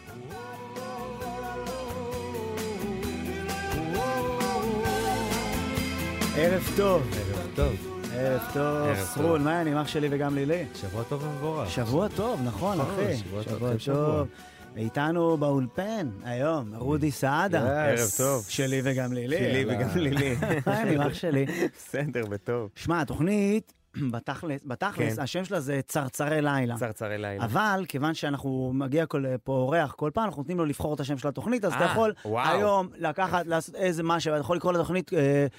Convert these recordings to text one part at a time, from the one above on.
ערב טוב. ערב טוב. ערב טוב. סרול, מה אני, אח שלי וגם לילי? שבוע טוב ומבורך. שבוע טוב, נכון אחי. שבוע טוב. איתנו באולפן היום, רודי סעדה. ערב טוב. שלי וגם לילי. שלי וגם לילי. מה אני, אח שלי? בסדר וטוב. שמע, התוכנית, בתכלס, השם שלה זה צרצרי לילה. צרצרי לילה. אבל כיוון שאנחנו מגיע פה אורח כל פעם, אנחנו נותנים לו לבחור את השם של התוכנית, אז אתה יכול היום לקחת, לעשות איזה משהו, אתה יכול לקרוא לתוכנית,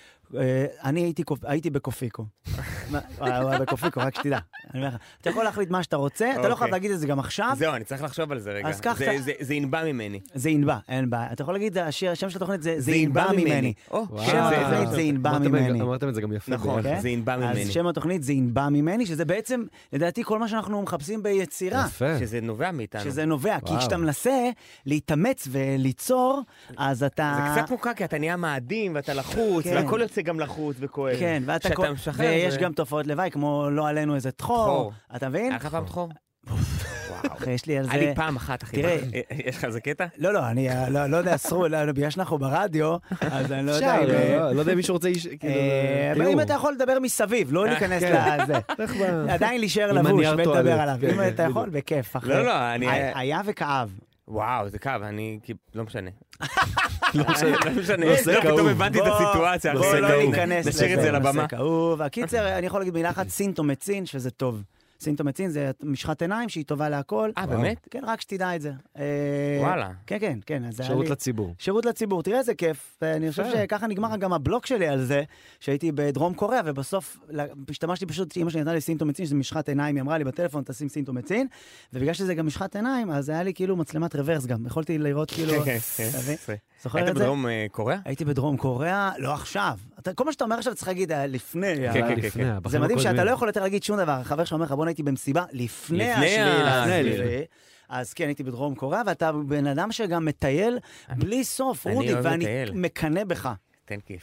אני הייתי בקופיקו. בקופיקו, רק שתדע. אתה יכול להחליט מה שאתה רוצה, אתה לא יכול להגיד את זה גם עכשיו. זהו, אני צריך לחשוב על זה רגע. זה ינבע ממני. זה ינבע, אין בעיה. אתה יכול להגיד, השם של התוכנית זה ינבע ממני. שם התוכנית זה ינבע ממני. אמרתם את זה גם יפה. נכון, זה ינבע ממני. אז שם התוכנית זה ינבע ממני, שזה בעצם, לדעתי, כל מה שאנחנו מחפשים ביצירה. יפה. שזה נובע מאיתנו. שזה נובע, כי כשאתה מנסה להתאמץ וליצור, אז אתה... זה קצת מוכר, כי אתה נהיה מאדים, ואתה לחוץ, והכל יוצא גם לחוץ וכואב. כן, ויש גם תופעות לוואי, כמו לא עלינו איזה תחור. אתה מבין? היה לך פעם תחור? אחי, יש לי על זה... היה לי פעם אחת, אחי. תראה... יש לך איזה קטע? לא, אני לא יודע, אסרו, בגלל שאנחנו ברדיו, אז אני לא יודע... לא יודע אם מישהו רוצה... אם אתה יכול לדבר מסביב, לא להיכנס לזה. עדיין להישאר לבוש ולדבר עליו. אם אתה יכול, בכיף. לא, אני... היה וכאב. וואו, זה כאב, אני... לא משנה. לא משנה. פתאום הבנתי את הסיטואציה. בואו לא ניכנס לזה. נשאיר את זה לבמה. הקיצר, אני יכול להגיד מילה אחת, סינטומצין, שזה טוב. סינטומצין זה משחת עיניים שהיא טובה להכל. באמת? כן, רק שתדע את זה. וואלה. כן. שירות לציבור. שירות לציבור, תראה איזה כיף. אני חושב שככה נגמר גם הבלוק שלי על זה, שהייתי בדרום קוריאה, ובסוף השתמשתי פשוט, אמא שלי נתנה לי סינטומצין, שזה משחת עיניים, היא אמרה לי בטלפון, תשים סינטומצין, ובגלל שזה גם משחת עיניים, אז היה לי כאילו מצלמת רוורס גם. יכולתי לראות כאילו... זוכר את זה? היית בדרום קוריאה? הייתי בדרום קוריאה, לא עכשיו. כל מה שאתה אומר עכשיו צריך להגיד לפני. כן. זה מדהים שאתה לא יכול יותר להגיד שום דבר. החבר שאומר לך, בוא הייתי במסיבה לפני השביעי. אז כן, הייתי בדרום קוריאה, ואתה בן אדם שגם מטייל בלי סוף, רודי, ואני מקנה בך. תן כיף.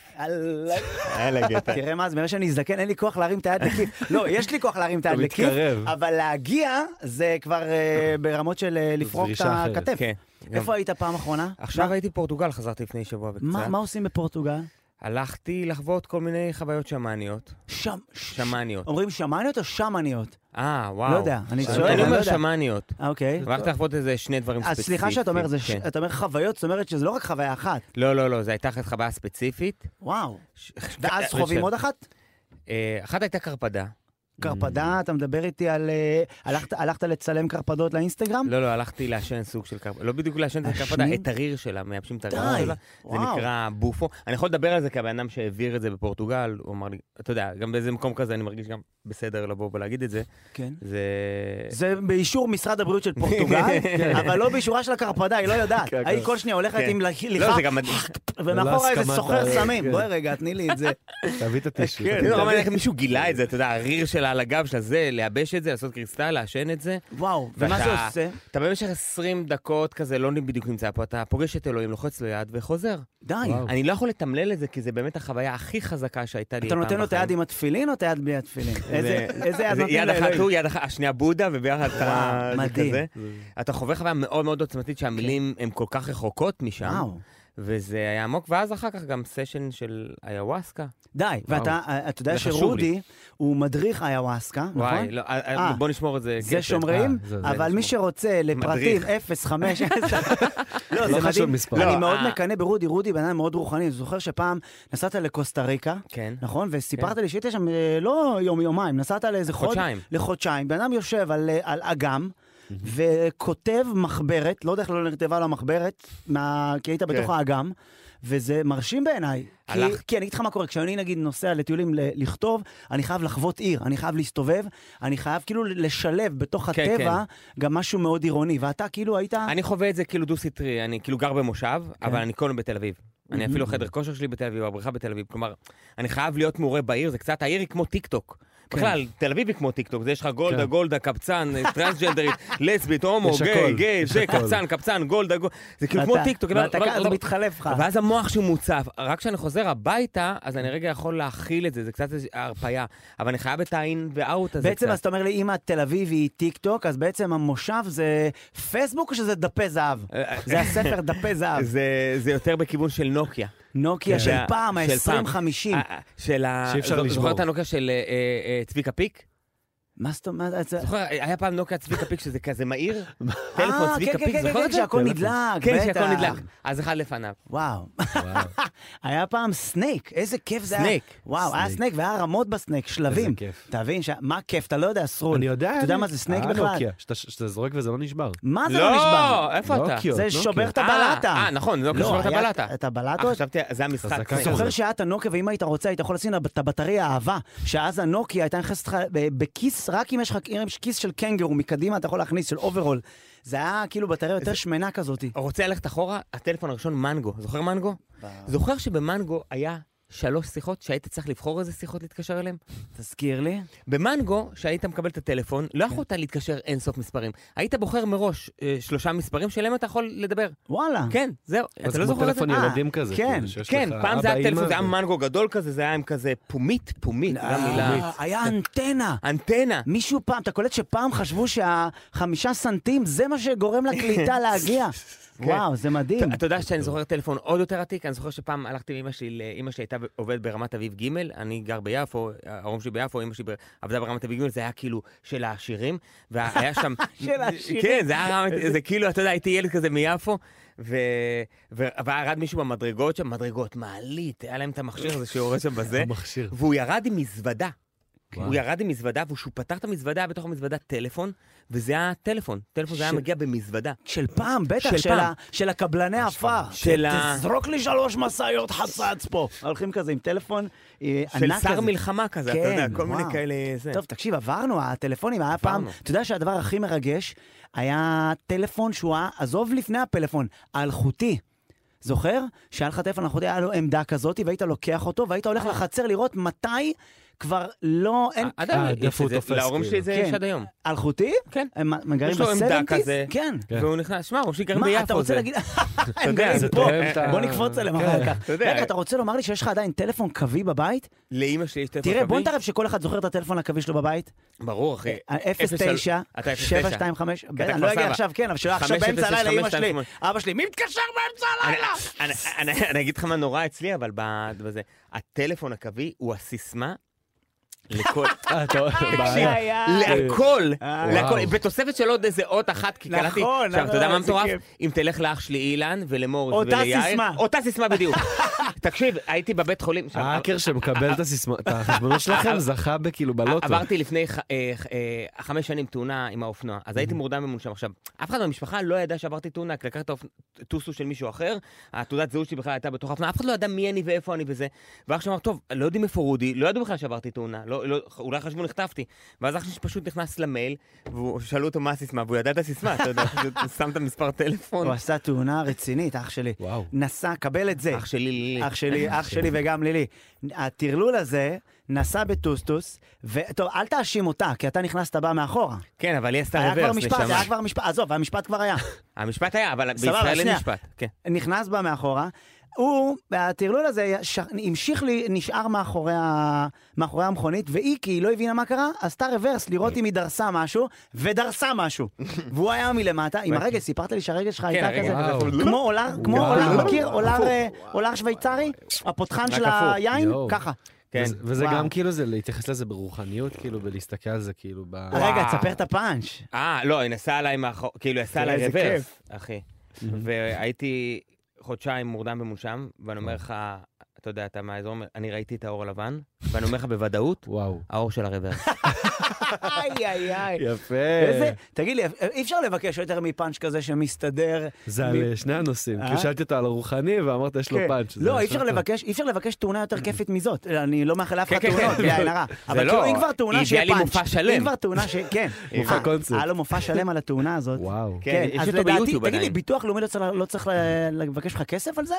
תראה מה, זה מראה שאני אזדקן, אין לי כוח להרים את היד לכיף. לא, יש לי כוח להרים את היד לכיף, אבל להגיע זה כבר ברמות של לפרוק את הכתף. איפה היית פעם אחרונה? עכשיו הייתי בפורטוגל, חזרתי לפני שבוע וקצת. מה עושים בפורטוגל? הלכתי לחוות כל מיני חוויות שמאניות. שמאניות. אומרים שמאניות או שמאניות? וואו. לא יודע. אני אומר שמאניות. אוקיי. הלכתי לחוות איזה שני דברים ספציפיים. אז סליחה שאתה אומר, אתה אומר חוויות, זאת אומרת שזה לא רק חוויה אחת. לא, זה הייתה חוויה ספציפית. וואו. ואז חווים עוד אחת? אחת הייתה קרפדה. קרפדה, אתה מדבר איתי על... הלכת לצלם קרפדות לאינסטגרם? לא, הלכתי לעשן סוג של קרפדה. לא בדיוק לעשן את הקרפדה, את הריר שלה, מייבשים את הריר שלה. זה נקרא בופו. אני יכול לדבר על זה כבן אדם שהעביר את זה בפורטוגל, הוא אמר לי, אתה יודע, גם באיזה מקום כזה אני מרגיש גם בסדר לבוא ולהגיד את זה. כן. זה באישור משרד הבריאות של פורטוגל, אבל לא באישורה של הקרפדה, היא לא יודעת. היא כל שניה הולכת עם ליכה, ומאחורה איזה סוחר סמים. בואי רגע, תני לי את זה. תביא את הטישו. מישהו גילה את זה, אתה יודע, הריר שלה על הגב שלה זה, לייבש את זה, לעשות קריסטל, לעשן את זה. וואו, ומה זה עושה? אתה במשך 20 דקות כזה לא בדיוק נמצא פה, אתה פוגש את אלוהים, לוחץ לו יד וחוזר. די. אני לא יכול לתמלל את זה, כי זה באמת החוויה הכי חזקה שהייתה לי. אתה נותן לו את היד עם התפילין או את היד בלי התפילין? איזה יד נותן יד אחת הוא, יד אחת, השנייה בודה, וביחד אתה... מדהים. אתה חווה חוויה מאוד מאוד עוצמתית שהמילים הן כל כך רחוקות משם. וואו. וזה היה עמוק, ואז אחר כך גם סשן של איוואסקה. די, ואתה יודע שרודי הוא מדריך איוואסקה, נכון? וואי, בוא נשמור את זה. זה שומרים, אבל מי שרוצה לפרטים 05... לא, זה מדהים. אני מאוד מקנה ברודי, רודי בן אדם מאוד רוחני. אני זוכר שפעם נסעת לקוסטה ריקה, נכון? וסיפרת לי שהיית שם לא יום-יומיים, נסעת לאיזה לחודשיים. בן אדם יושב על אגם, וכותב מחברת, לא יודע איך לא נכתבה לו המחברת, כי היית בתוך האגם, וזה מרשים בעיניי. כי אני אגיד לך מה קורה, כשאני נגיד נוסע לטיולים לכתוב, אני חייב לחוות עיר, אני חייב להסתובב, אני חייב כאילו לשלב בתוך הטבע גם משהו מאוד עירוני, ואתה כאילו היית... אני חווה את זה כאילו דו-סטרי, אני כאילו גר במושב, אבל אני קודם בתל אביב. אני אפילו חדר כושר שלי בתל אביב, הבריכה בתל אביב, כלומר, אני חייב להיות מעורה בעיר, זה קצת, העיר היא כמו טיק טוק. בכלל, תל אביב היא כמו טיקטוק, זה יש לך גולדה, קבצן, טרנסג'נדרית, לסבית, הומו, גיי, זה קבצן, גולדה, זה כאילו כמו טיקטוק. ואתה מתחלף לך. ואז המוח שהוא מוצף, רק כשאני חוזר הביתה, אז אני רגע יכול להכיל את זה, זה קצת הרפאיה, אבל אני חייב את העין והאוט הזה. בעצם, אז אתה אומר לי, אם התל אביב היא טיקטוק, אז בעצם המושב זה פייסבוק או שזה דפי זהב? זה הספר דפי זהב. זה יותר בכיוון של נוקיה. נוקיה של פעם, ה-2050. שאפשר לשבור. זוכר את הנוקיה של צביקה פיק? מה זאת אומרת? זוכר, היה פעם נוקיה צביקה פיק שזה כזה מהיר? טלפון צביקה פיק, זוכר את זה? שהכל נדלק, כן, שהכל נדלק. אז אחד לפניו. וואו. היה פעם סנייק, איזה כיף זה היה. סנייק. וואו, היה סנייק והיה רמות בסנייק, שלבים. איזה כיף. תבין, מה כיף, אתה לא יודע, סרול. אני יודע. אתה יודע מה זה סנייק בכלל? שאתה זורק וזה לא נשבר. מה זה לא נשבר? לא, איפה אתה? זה שובר את הבלטה. נכון, זה שובר את הבלטה. את הבלטות? חשבתי, זה המשחק. זוכר שהיה את הנוקיה, ואם היית רוצה, היית יכול לשים את הבטריה האהבה, שאז הנוקיה הייתה נכנסת לך בכיס, רק אם יש לך כיס של קנגרו מקדימה, אתה יכול להכניס של אוברול. זה היה כאילו בטריה יותר שמנה כזאת. רוצה ללכת אחורה, הטלפון הראשון מנגו. זוכר מנגו? זוכר שבמנגו היה 3 שיחות שהיית צריך לבחור איזה שיחות להתקשר אליהם? תזכיר לי. במנגו, שהיית מקבל את הטלפון, לא יכולת להתקשר אינסוף מספרים. היית בוחר מראש 3 מספרים שלהם אתה יכול לדבר. וואלה. כן, זהו. אתה לא זוכר את זה? טלפון ילדים כזה. כן, כן, פעם זה היה טלפון, זה היה מנגו גדול כזה, זה היה עם כזה פומית. היה אנטנה. אנטנה. מישהו פעם, אתה קולט שפעם חשבו שה5 סנטים זה מה שגורם לקליטה להגיע. וואו, זה מדהים. אתה יודע שאני זוכר טלפון עוד יותר עתיק, אני זוכר שפעם הלכתי עם אמא שלי הייתה עובדת ברמת אביב ג', אני גר ביפו, ההורים שלי ביפו, אמא שלי עבדה ברמת אביב ג', זה היה כאילו של העשירים, והיה שם... של העשירים. כן, זה כאילו, אתה יודע, הייתי ילד כזה מיפו, וירד מישהו במדרגות שם, מדרגות, מעלית, היה להם את המכשיר הזה שיורד שם בזה, והוא ירד עם מזוודה. הוא ירד עם מזוודה, וכשהוא פתח את המזוודה, היה בתוך המזוודה טלפון, וזה היה טלפון. טלפון זה היה מגיע במזוודה. של פעם, בטח, של הקבלני עפר. תזרוק לי 3 מסעיות חצץ פה. הולכים כזה עם טלפון ענק כזה. של שר מלחמה כזה, אתה יודע, כל מיני כאלה... טוב, תקשיב, עברנו, הטלפונים היה פעם... אתה יודע שהדבר הכי מרגש היה טלפון שהוא היה, עזוב לפני הפלאפון, האלחוטי. זוכר? שהיה לך טלפון אלחוטי, היה לו עמדה כזאת, והיית לוקח אותו, והיית הולך לחצר לראות מתי כבר לא... להורים שלי זה יש עד היום. אלחוטי? כן. הם גרים יש לו עמדה כזה. כן. והוא נכנס, שמע, הוא שגרים ביפו. מה, אתה רוצה להגיד... הם גרים פה. בוא נקפוץ עליהם אחר כך. רגע, אתה רוצה לומר לי שיש לך עדיין טלפון קווי בבית? לאמא שלי יש טלפון קווי. תראה, בוא נתערב שכל אחד זוכר את הטלפון הקווי שלו בבית. ברור, אחי. 09, 725. אני לא אגיע עכשיו, כן, אבל שלא עכשיו באמצע הלילה אמא שלי. אבא שלי, מי מתקשר באמצע הלילה? אני אגיד לך מה נורא אצלי, אבל בזה. הטלפון הקווי הוא הסיסמה לכל, להכל, בתוספת של עוד איזה אות אחת, כי קלטתי, עכשיו, אתה יודע מה מטורף? אם תלך לאח שלי אילן ולמוריס וליאיר, אותה סיסמה בדיוק. תקשיב, הייתי בבית חולים. האקר שמקבל את הסיסמה, את החשבונות שלכם זכה בכאילו בלוטו. עברתי לפני 5 שנים תאונה עם האופנוע, אז הייתי מורדם ומונשם. עכשיו, אף אחד במשפחה לא ידע שעברתי תאונה, לקחת טוסו של מישהו אחר, התעודת זהות שלי בכלל הייתה בתוך האופנוע, אף אחד לא ידע מי אני ואיפה אני וזה. ואח שאמר, טוב, לא יודעים איפה רודי, לא ידעו בכלל שעברתי תאונה, אולי חשבו נחטפתי. ואז אח שלי פשוט נכנס למייל, ושאלו אותו מה הסיסמה, והוא ידע את הסיסמה, אתה יודע, שם את המספר טלפון. הוא עשה תאונה רצינית, אח שלי. נסע, קבל את זה. אח שלי וגם לילי. הטרלול הזה נסע בטוסטוס, וטוב, אל תאשים אותה, כי אתה נכנסת בה מאחורה. כן, אבל היא עשתה רוורס. היה כבר משפט, עזוב, המשפט כבר היה. המשפט היה, אבל בישראל אין משפט. נכנס בה מאחורה, הוא, הטרלול הזה, המשיך לי, נשאר מאחורי המכונית, והיא, כי היא לא הבינה מה קרה, עשתה רוורס, לראות אם היא דרסה משהו, ודרסה משהו. והוא היה מלמטה, עם הרגל, סיפרת לי שהרגל שלך הייתה כזה, כמו אולר, מכיר? אולר שוויצרי? הפותחן של היין? ככה. וזה גם כאילו זה, להתייחס לזה ברוחניות, כאילו, ולהסתכל על זה כאילו רגע, תספר את הפאנץ'. לא, היא נסעה עליי מאחור, כאילו, היא עשה עליי רוורס, אחי. והייתי חודשיים מורדם ומונשם, ואני אומר לך, אתה יודע, אתה מהאזור, אני ראיתי את האור הלבן, ואני אומר לך בוודאות, האור של הרוורס. איי. יפה. תגיד לי, אי אפשר לבקש יותר מפאנץ' כזה שמסתדר. זה על שני הנושאים, כי שאלתי אותו על הרוחני, ואמרת יש לו פאנץ'. לא, אי אפשר לבקש תאונה יותר כיפית מזאת. אני לא מאחל לאף אחד תאונות, בלי עין הרע. אבל כאילו, אם כבר תאונה שיהיה פאנץ'. אם כבר תאונה ש... כן. מופע קונספט. היה לו מופע שלם על התאונה הזאת. וואו. כן, יש אותו ביוטיוב. תגיד לי, ביטוח לאומי לא צריך לבקש לך כסף על זה?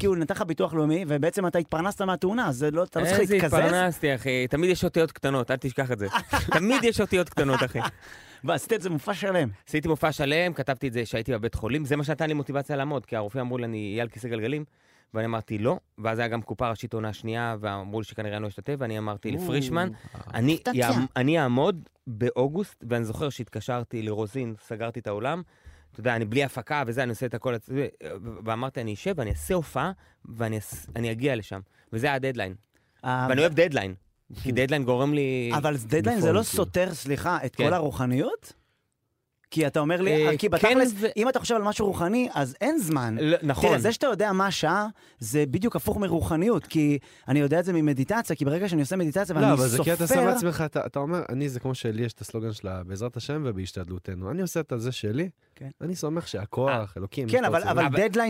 כאילו נתן לך ביטוח לאומי, ובעצם אתה התפרנסת מהתאונה, אז אתה לא צריך להתקזז. איזה התפרנסתי, אחי. תמיד יש אותיות קטנות, אל תשכח את זה. תמיד יש אותיות קטנות, אחי. ועשית את זה מופע שלם. עשיתי מופע שלם, כתבתי את זה שהייתי בבית חולים, זה מה שנתן לי מוטיבציה לעמוד, כי הרופאים אמרו לי, אני אהיה על כיסא גלגלים, ואני אמרתי לא, ואז היה גם קופה ראשית עונה שנייה, ואמרו לי שכנראה אני לא אשתתף, ואני אמרתי לפרישמן, אני אעמוד באוגוסט, ואני זוכר שהתקשרתי לרוזין, סגרתי את העולם, אתה יודע, אני בלי הפקה וזה, אני עושה את הכל, ואמרתי, אני אשב, ואני אעשה הופעה, ואני אגיע לשם, וזה היה הדדליין. ואני אוהב דדליין, כי דדליין גורם לי... אבל דדליין זה לא סותר, סליחה, את כל הרוחניות? כי אתה אומר לי, כי בתכלס, אם אתה חושב על משהו רוחני, אז אין זמן. נכון. תראה, זה שאתה יודע מה השעה, זה בדיוק הפוך מרוחניות, כי אני יודע את זה ממדיטציה, כי ברגע שאני עושה מדיטציה ואני סופר... לא, אבל זה כי אתה שם לעצמך, אתה אומר, אני זה כמו שלי יש את הסלוגן שלה, בעזרת השם ובהשתדלותנו. אני עושה את זה שלי, אני סומך שהכוח, אלוקים... כן, אבל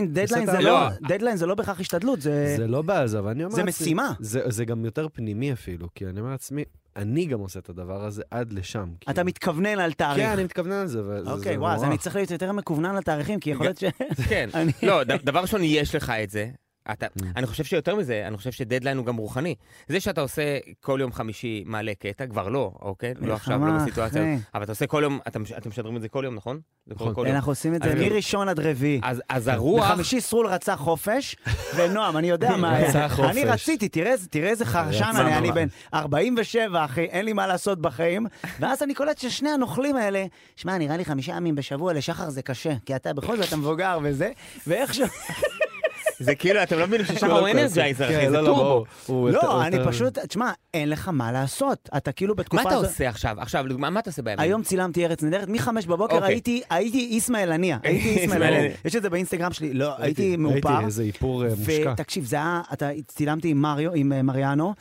דדליין זה לא בכך השתדלות, זה לא בעזב, אני אומר... זה משימה. זה גם יותר פנימי אפילו, כי אני אומר לעצמי, אני גם עושה את הדבר הזה עד לשם. אתה מתכוונן על תאריך. כן, אני מתכוונן על זה. אוקיי, וואו, אז אני צריך להיות יותר מכוונן על תאריכים, כי יכול להיות ש... כן, לא, דבר ראשון, יש לך את זה. אני חושב שיותר מזה, אני חושב שדדליין הוא גם רוחני. זה שאתה עושה כל יום חמישי מעלה קטע, כבר לא, אוקיי? לא עכשיו, לא בסיטואציה. אבל אתה עושה כל יום, אתם משדרים את זה כל יום, נכון? אנחנו עושים את זה מראשון עד רביעי. אז הרוח... בחמישי סרול רצה חופש, ונועם, אני יודע מה היה. אני רציתי, תראה איזה חרשן אני בן 47, אחי, אין לי מה לעשות בחיים. ואז אני קולט ששני הנוכלים האלה, שמע, נראה לי 5 ימים בשבוע לשחר זה קשה, כי אתה בכל זאת מבוגר וזה, ואיכשהו... זה כאילו, אתם לא מבינים ששחר הוא אנרג'ייזר, אחי, זה טורבו. לא, אני פשוט, תשמע, אין לך מה לעשות. אתה כאילו בתקופה הזאת... מה אתה עושה עכשיו? עכשיו, מה אתה עושה בימים? היום צילמתי ארץ נהדרת, מ-5 בבוקר הייתי איסמעאל הנייה. יש את זה באינסטגרם שלי, לא, הייתי מאופר. הייתי איזה איפור מושקע. ותקשיב, זה היה, צילמתי עם מריאנו,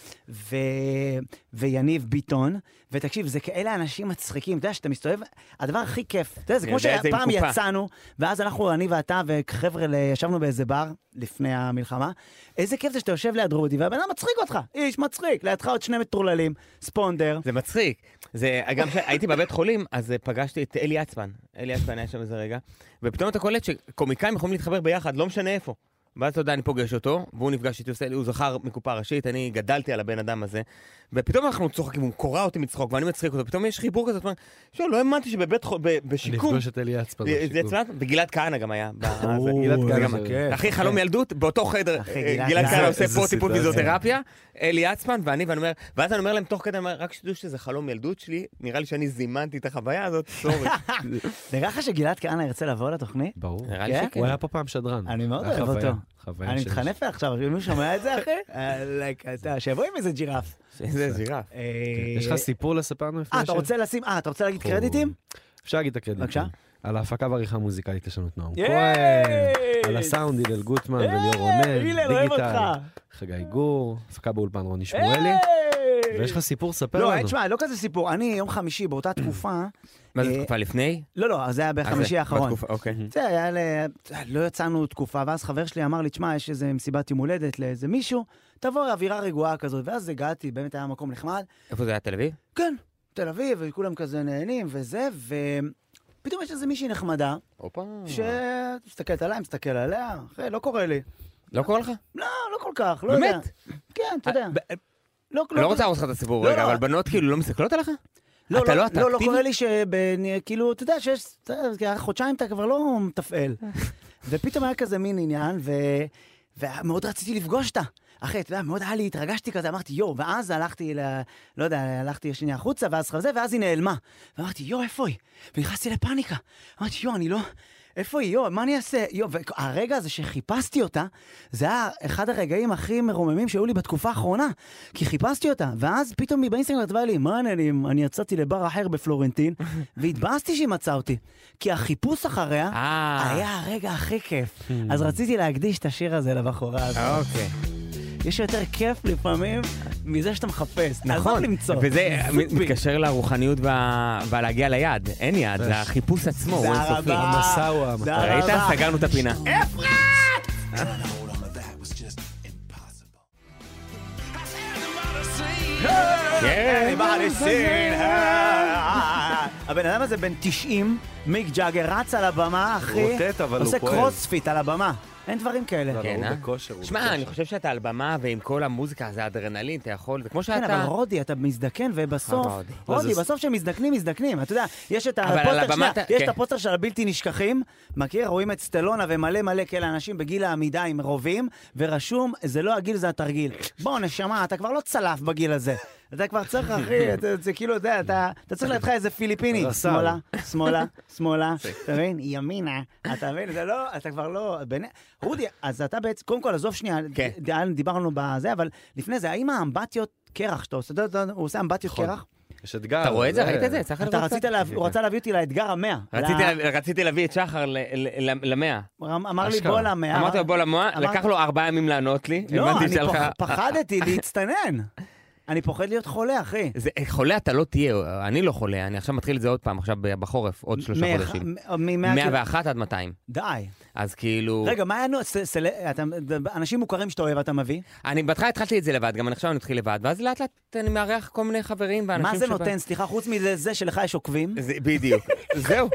ויניב ביטון, ותקשיב, זה כאלה אנשים מצחיקים, אתה יודע, שאתה מסתובב, הדבר הכי כיף, אתה יודע, זה כמו שפעם יצאנו, ואז אני ואתה וחבר'ה ישבנו באיזה בר, לפני המלחמה, איזה כיף זה שאתה יושב ליד רודי, והבן אדם מצחיק אותך, איש מצחיק, לידך עוד 2 מטרוללים, ספונדר. זה מצחיק. גם כשהייתי בבית חולים, אז פגשתי את אלי עצמן. אלי עצמן היה שם איזה רגע, ופתאום אתה קולט שקומיקאים יכולים להתחבר ביחד, לא משנה איפה. ואז אתה יודע, אני פוגש אותו, והוא נפגש איתי, הוא זכר מקופה ראשית, אני גדלתי על הבן אדם הזה, ופתאום אנחנו צוחקים, הוא קורא אותי מצחוק, ואני מצחיק אותו, פתאום יש חיבור כזה, לא האמנתי שבבית בשיקום... אני אפגוש את אלי עצמן בשיקום. וגלעד כהנא גם היה. אחי, חלום ילדות, באותו חדר, גלעד כהנא עושה פה טיפול פיזיותרפיה, אלי עצמן, ואז אני אומר להם תוך כדי, רק שתדעו שזה חלום ילדות שלי, נראה לי שאני זימנתי את החוויה הזאת, סורי. נראה לך שגלעד כהנא ירצה לבוא לתוכנית? ברור. הוא היה פה פעם שדרן. אני מאוד אוהב אותו. אני מתחנף עכשיו, מי שומע את זה, אחי? שיבוא עם איזה ג'ירף. איזה ג'ירף. יש לך סיפור לספר לנו? אתה רוצה להגיד קרדיטים? אפשר להגיד את הקרדיטים. בבקשה. על ההפקה והעריכה המוזיקלית יש לנו את נועם כהן, על הסאונד הלל גוטמן וליאור רונן, דיגיטל, חגי גור, הפקה באולפן רוני שמואלי. ויש לך סיפור, ספר לנו. לא, תשמע, לא כזה סיפור. אני יום חמישי באותה תקופה... מה זה תקופה לפני? לא, זה היה בחמישי האחרון. אוקיי. זה היה לא יצאנו תקופה, ואז חבר שלי אמר לי, תשמע, יש איזה מסיבת יום הולדת לאיזה מישהו, תבוא אווירה רגועה כזאת, ואז הגעתי, באמת היה מקום נחמד. איפה זה היה, תל אביב? כן, תל אביב, וכולם כזה נהנים וזה, ופתאום יש איזה מישהי נחמדה, שתסתכלת עליי, מסתכל עליה, אחרי, לא קורה לי. לא קורה לך? לא כל כך, לא יודע. באמת? כן, אתה יודע. לא רוצה להרוס לך את הסיפור רגע, אבל בנות כאילו לא מסתכלות עליך? לא קורה לי כאילו, אתה יודע שיש, חודשיים אתה כבר לא מתפעל. ופתאום היה כזה מין עניין, ומאוד רציתי לפגוש אותה. אחי, אתה יודע, מאוד היה לי, התרגשתי כזה, אמרתי, ואז הלכתי, לא יודע, הלכתי שנייה החוצה, ואז היא נעלמה. ואמרתי, איפה היא? ונכנסתי לפאניקה. אמרתי, אני לא... איפה היא? מה אני אעשה? והרגע הזה שחיפשתי אותה, זה היה אחד הרגעים הכי מרוממים שהיו לי בתקופה האחרונה, כי חיפשתי אותה, ואז פתאום באינסטגרם כתבה לי, מה אני יצאתי לבר אחר בפלורנטין, והתבאסתי שהיא מצאה אותי, כי החיפוש אחריה היה הרגע הכי כיף. אז רציתי להקדיש את השיר הזה לבחורה הזאת. אוקיי. יש יותר כיף לפעמים מזה שאתה מחפש. נכון, וזה מתקשר לרוחניות ולהגיע ליד. אין יד, זה החיפוש עצמו, הוא אינסופי. המסע הוא המטרה. ראית? סגרנו את הפינה. אפרת! הבן אדם הזה בן 90, מיק ג'אגר רץ על הבמה, אחי, עושה קרוספיט על הבמה. אין דברים כאלה. שמע, אני חושב שאתה על במה ועם כל המוזיקה, זה אדרנלין, אתה יכול, זה כמו שאתה... כן, אבל רודי, אתה מזדקן, ובסוף, רודי, בסוף שמזדקנים, אתה יודע, יש את הפוסטר של הבלתי נשכחים, מכיר, רואים את סטלונה ומלא מלא כאלה אנשים בגיל העמידה עם רובים, ורשום, זה לא הגיל, זה התרגיל. בוא, נשמה, אתה כבר לא צלף בגיל הזה. אתה כבר צריך, אחי, זה כאילו, אתה צריך להתחיל איזה פיליפיני. שמאלה, אתה מבין? ימינה, אתה מבין? זה לא, אתה כבר לא... רודי, אז אתה בעצם, קודם כל, עזוב שנייה, דיברנו בזה, אבל לפני זה, האם האמבטיות קרח שאתה עושה, הוא עושה אמבטיות קרח? יש אתגר. אתה רואה את זה? ראית את זה? הוא רצה להביא אותי לאתגר 100. רציתי להביא את שחר ל100. אמר לי בוא ל100. אמרתי לו בוא ל100, לקח לו 4 ימים לענות לי. לא, אני פחדתי להצטנן. אני פוחד להיות חולה, אחי. חולה אתה לא תהיה, אני לא חולה, אני עכשיו מתחיל את זה עוד פעם, עכשיו בחורף, עוד 3 חודשים. 101 עד 200. די. אז כאילו... רגע, מה היה אנשים מוכרים שאתה אוהב, אתה מביא? אני בהתחלה התחלתי את זה לבד, גם עכשיו אני מתחיל לבד, ואז לאט לאט אני מארח כל מיני חברים ואנשים... מה זה נותן? סליחה, חוץ מזה שלך יש עוקבים? בדיוק. זהו.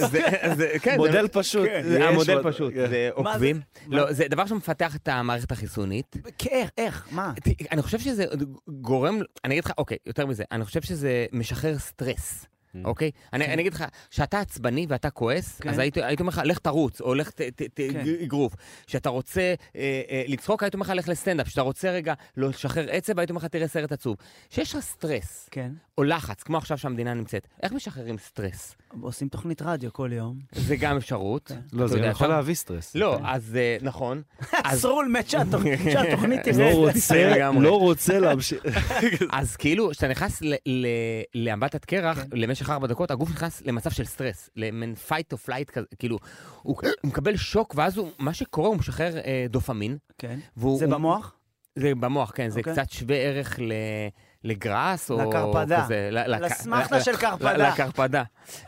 מודל פשוט. המודל פשוט. זה עוקבים. לא, זה דבר שמפתח את המערכת החיסונית. איך? מה? אני חושב שזה גורם, אני אגיד לך, אוקיי, יותר מזה, אני חושב שזה משחרר סטרס. אוקיי? אני אגיד לך, שאתה עצבני ואתה כועס, אז הייתי אומר לך, לך תרוץ, או לך תגרוף. שאתה רוצה לצחוק, הייתי אומר לך, לך לסטנדאפ. שאתה רוצה רגע לשחרר עצב, הייתי אומר לך, תראה סרט עצוב. שיש לך סטרס, או לחץ, כמו עכשיו שהמדינה נמצאת, איך משחררים סטרס? עושים תוכנית רדיו כל יום. זה גם אפשרות. לא, זה יכול להביא סטרס. לא, אז נכון. סרול מת שהתוכנית לא רוצה להמשיך. אז כאילו, כשאתה נכנס לאמבטת קרח, למשך 4 דקות, הגוף נכנס למצב של סטרס, למין fight or flight כזה, כאילו, הוא מקבל שוק, ואז מה שקורה, הוא משחרר דופמין. כן. זה במוח? זה במוח, כן, זה קצת שווה ערך לגרס, או לקרפדה. כזה. לסמכתה של קרפדה. לקרפדה.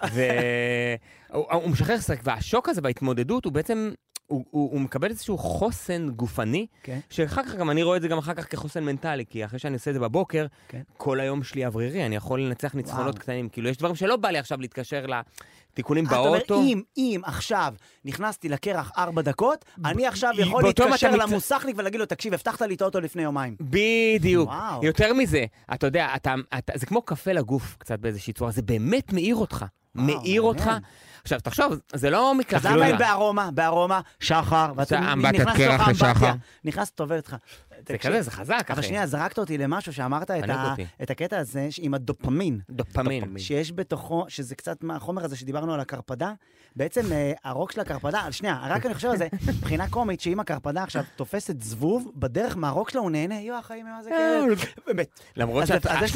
והוא משחרר סטרס, והשוק הזה בהתמודדות, הוא בעצם... הוא מקבל איזשהו חוסן גופני, שאחר כך גם אני רואה את זה גם אחר כך כחוסן מנטלי, כי אחרי שאני עושה את זה בבוקר, כל היום שלי אוורירי, אני יכול לנצח ניצחונות קטנים, כאילו יש דברים שלא בא לי עכשיו להתקשר לתיקונים באוטו. אתה אומר, אם עכשיו נכנסתי לקרח 4 דקות, אני עכשיו יכול להתקשר למוסכניק ולהגיד לו, תקשיב, הבטחת לי את האוטו לפני יומיים. בדיוק. יותר מזה, אתה יודע, זה כמו קפה לגוף קצת באיזושהי צורה, זה באמת מאיר אותך. מאיר אותך. עכשיו, תחשוב, זה לא מקלחת. אז למה בארומה, שחר, אמבטת קרח לשחר. נכנס, טובל אותך. זה כזה, זה חזק, אחי. אבל שנייה, זרקת אותי למשהו שאמרת את הקטע הזה עם הדופמין. דופמין. שיש בתוכו, שזה קצת מהחומר הזה שדיברנו על הקרפדה, בעצם הרוק של הקרפדה, שנייה, רק אני חושב על זה, מבחינה קומית, שאם הקרפדה עכשיו תופסת זבוב, בדרך מהרוק שלה הוא נהנה, יואי, מה זה כאילו? באמת. למרות שאתה... אז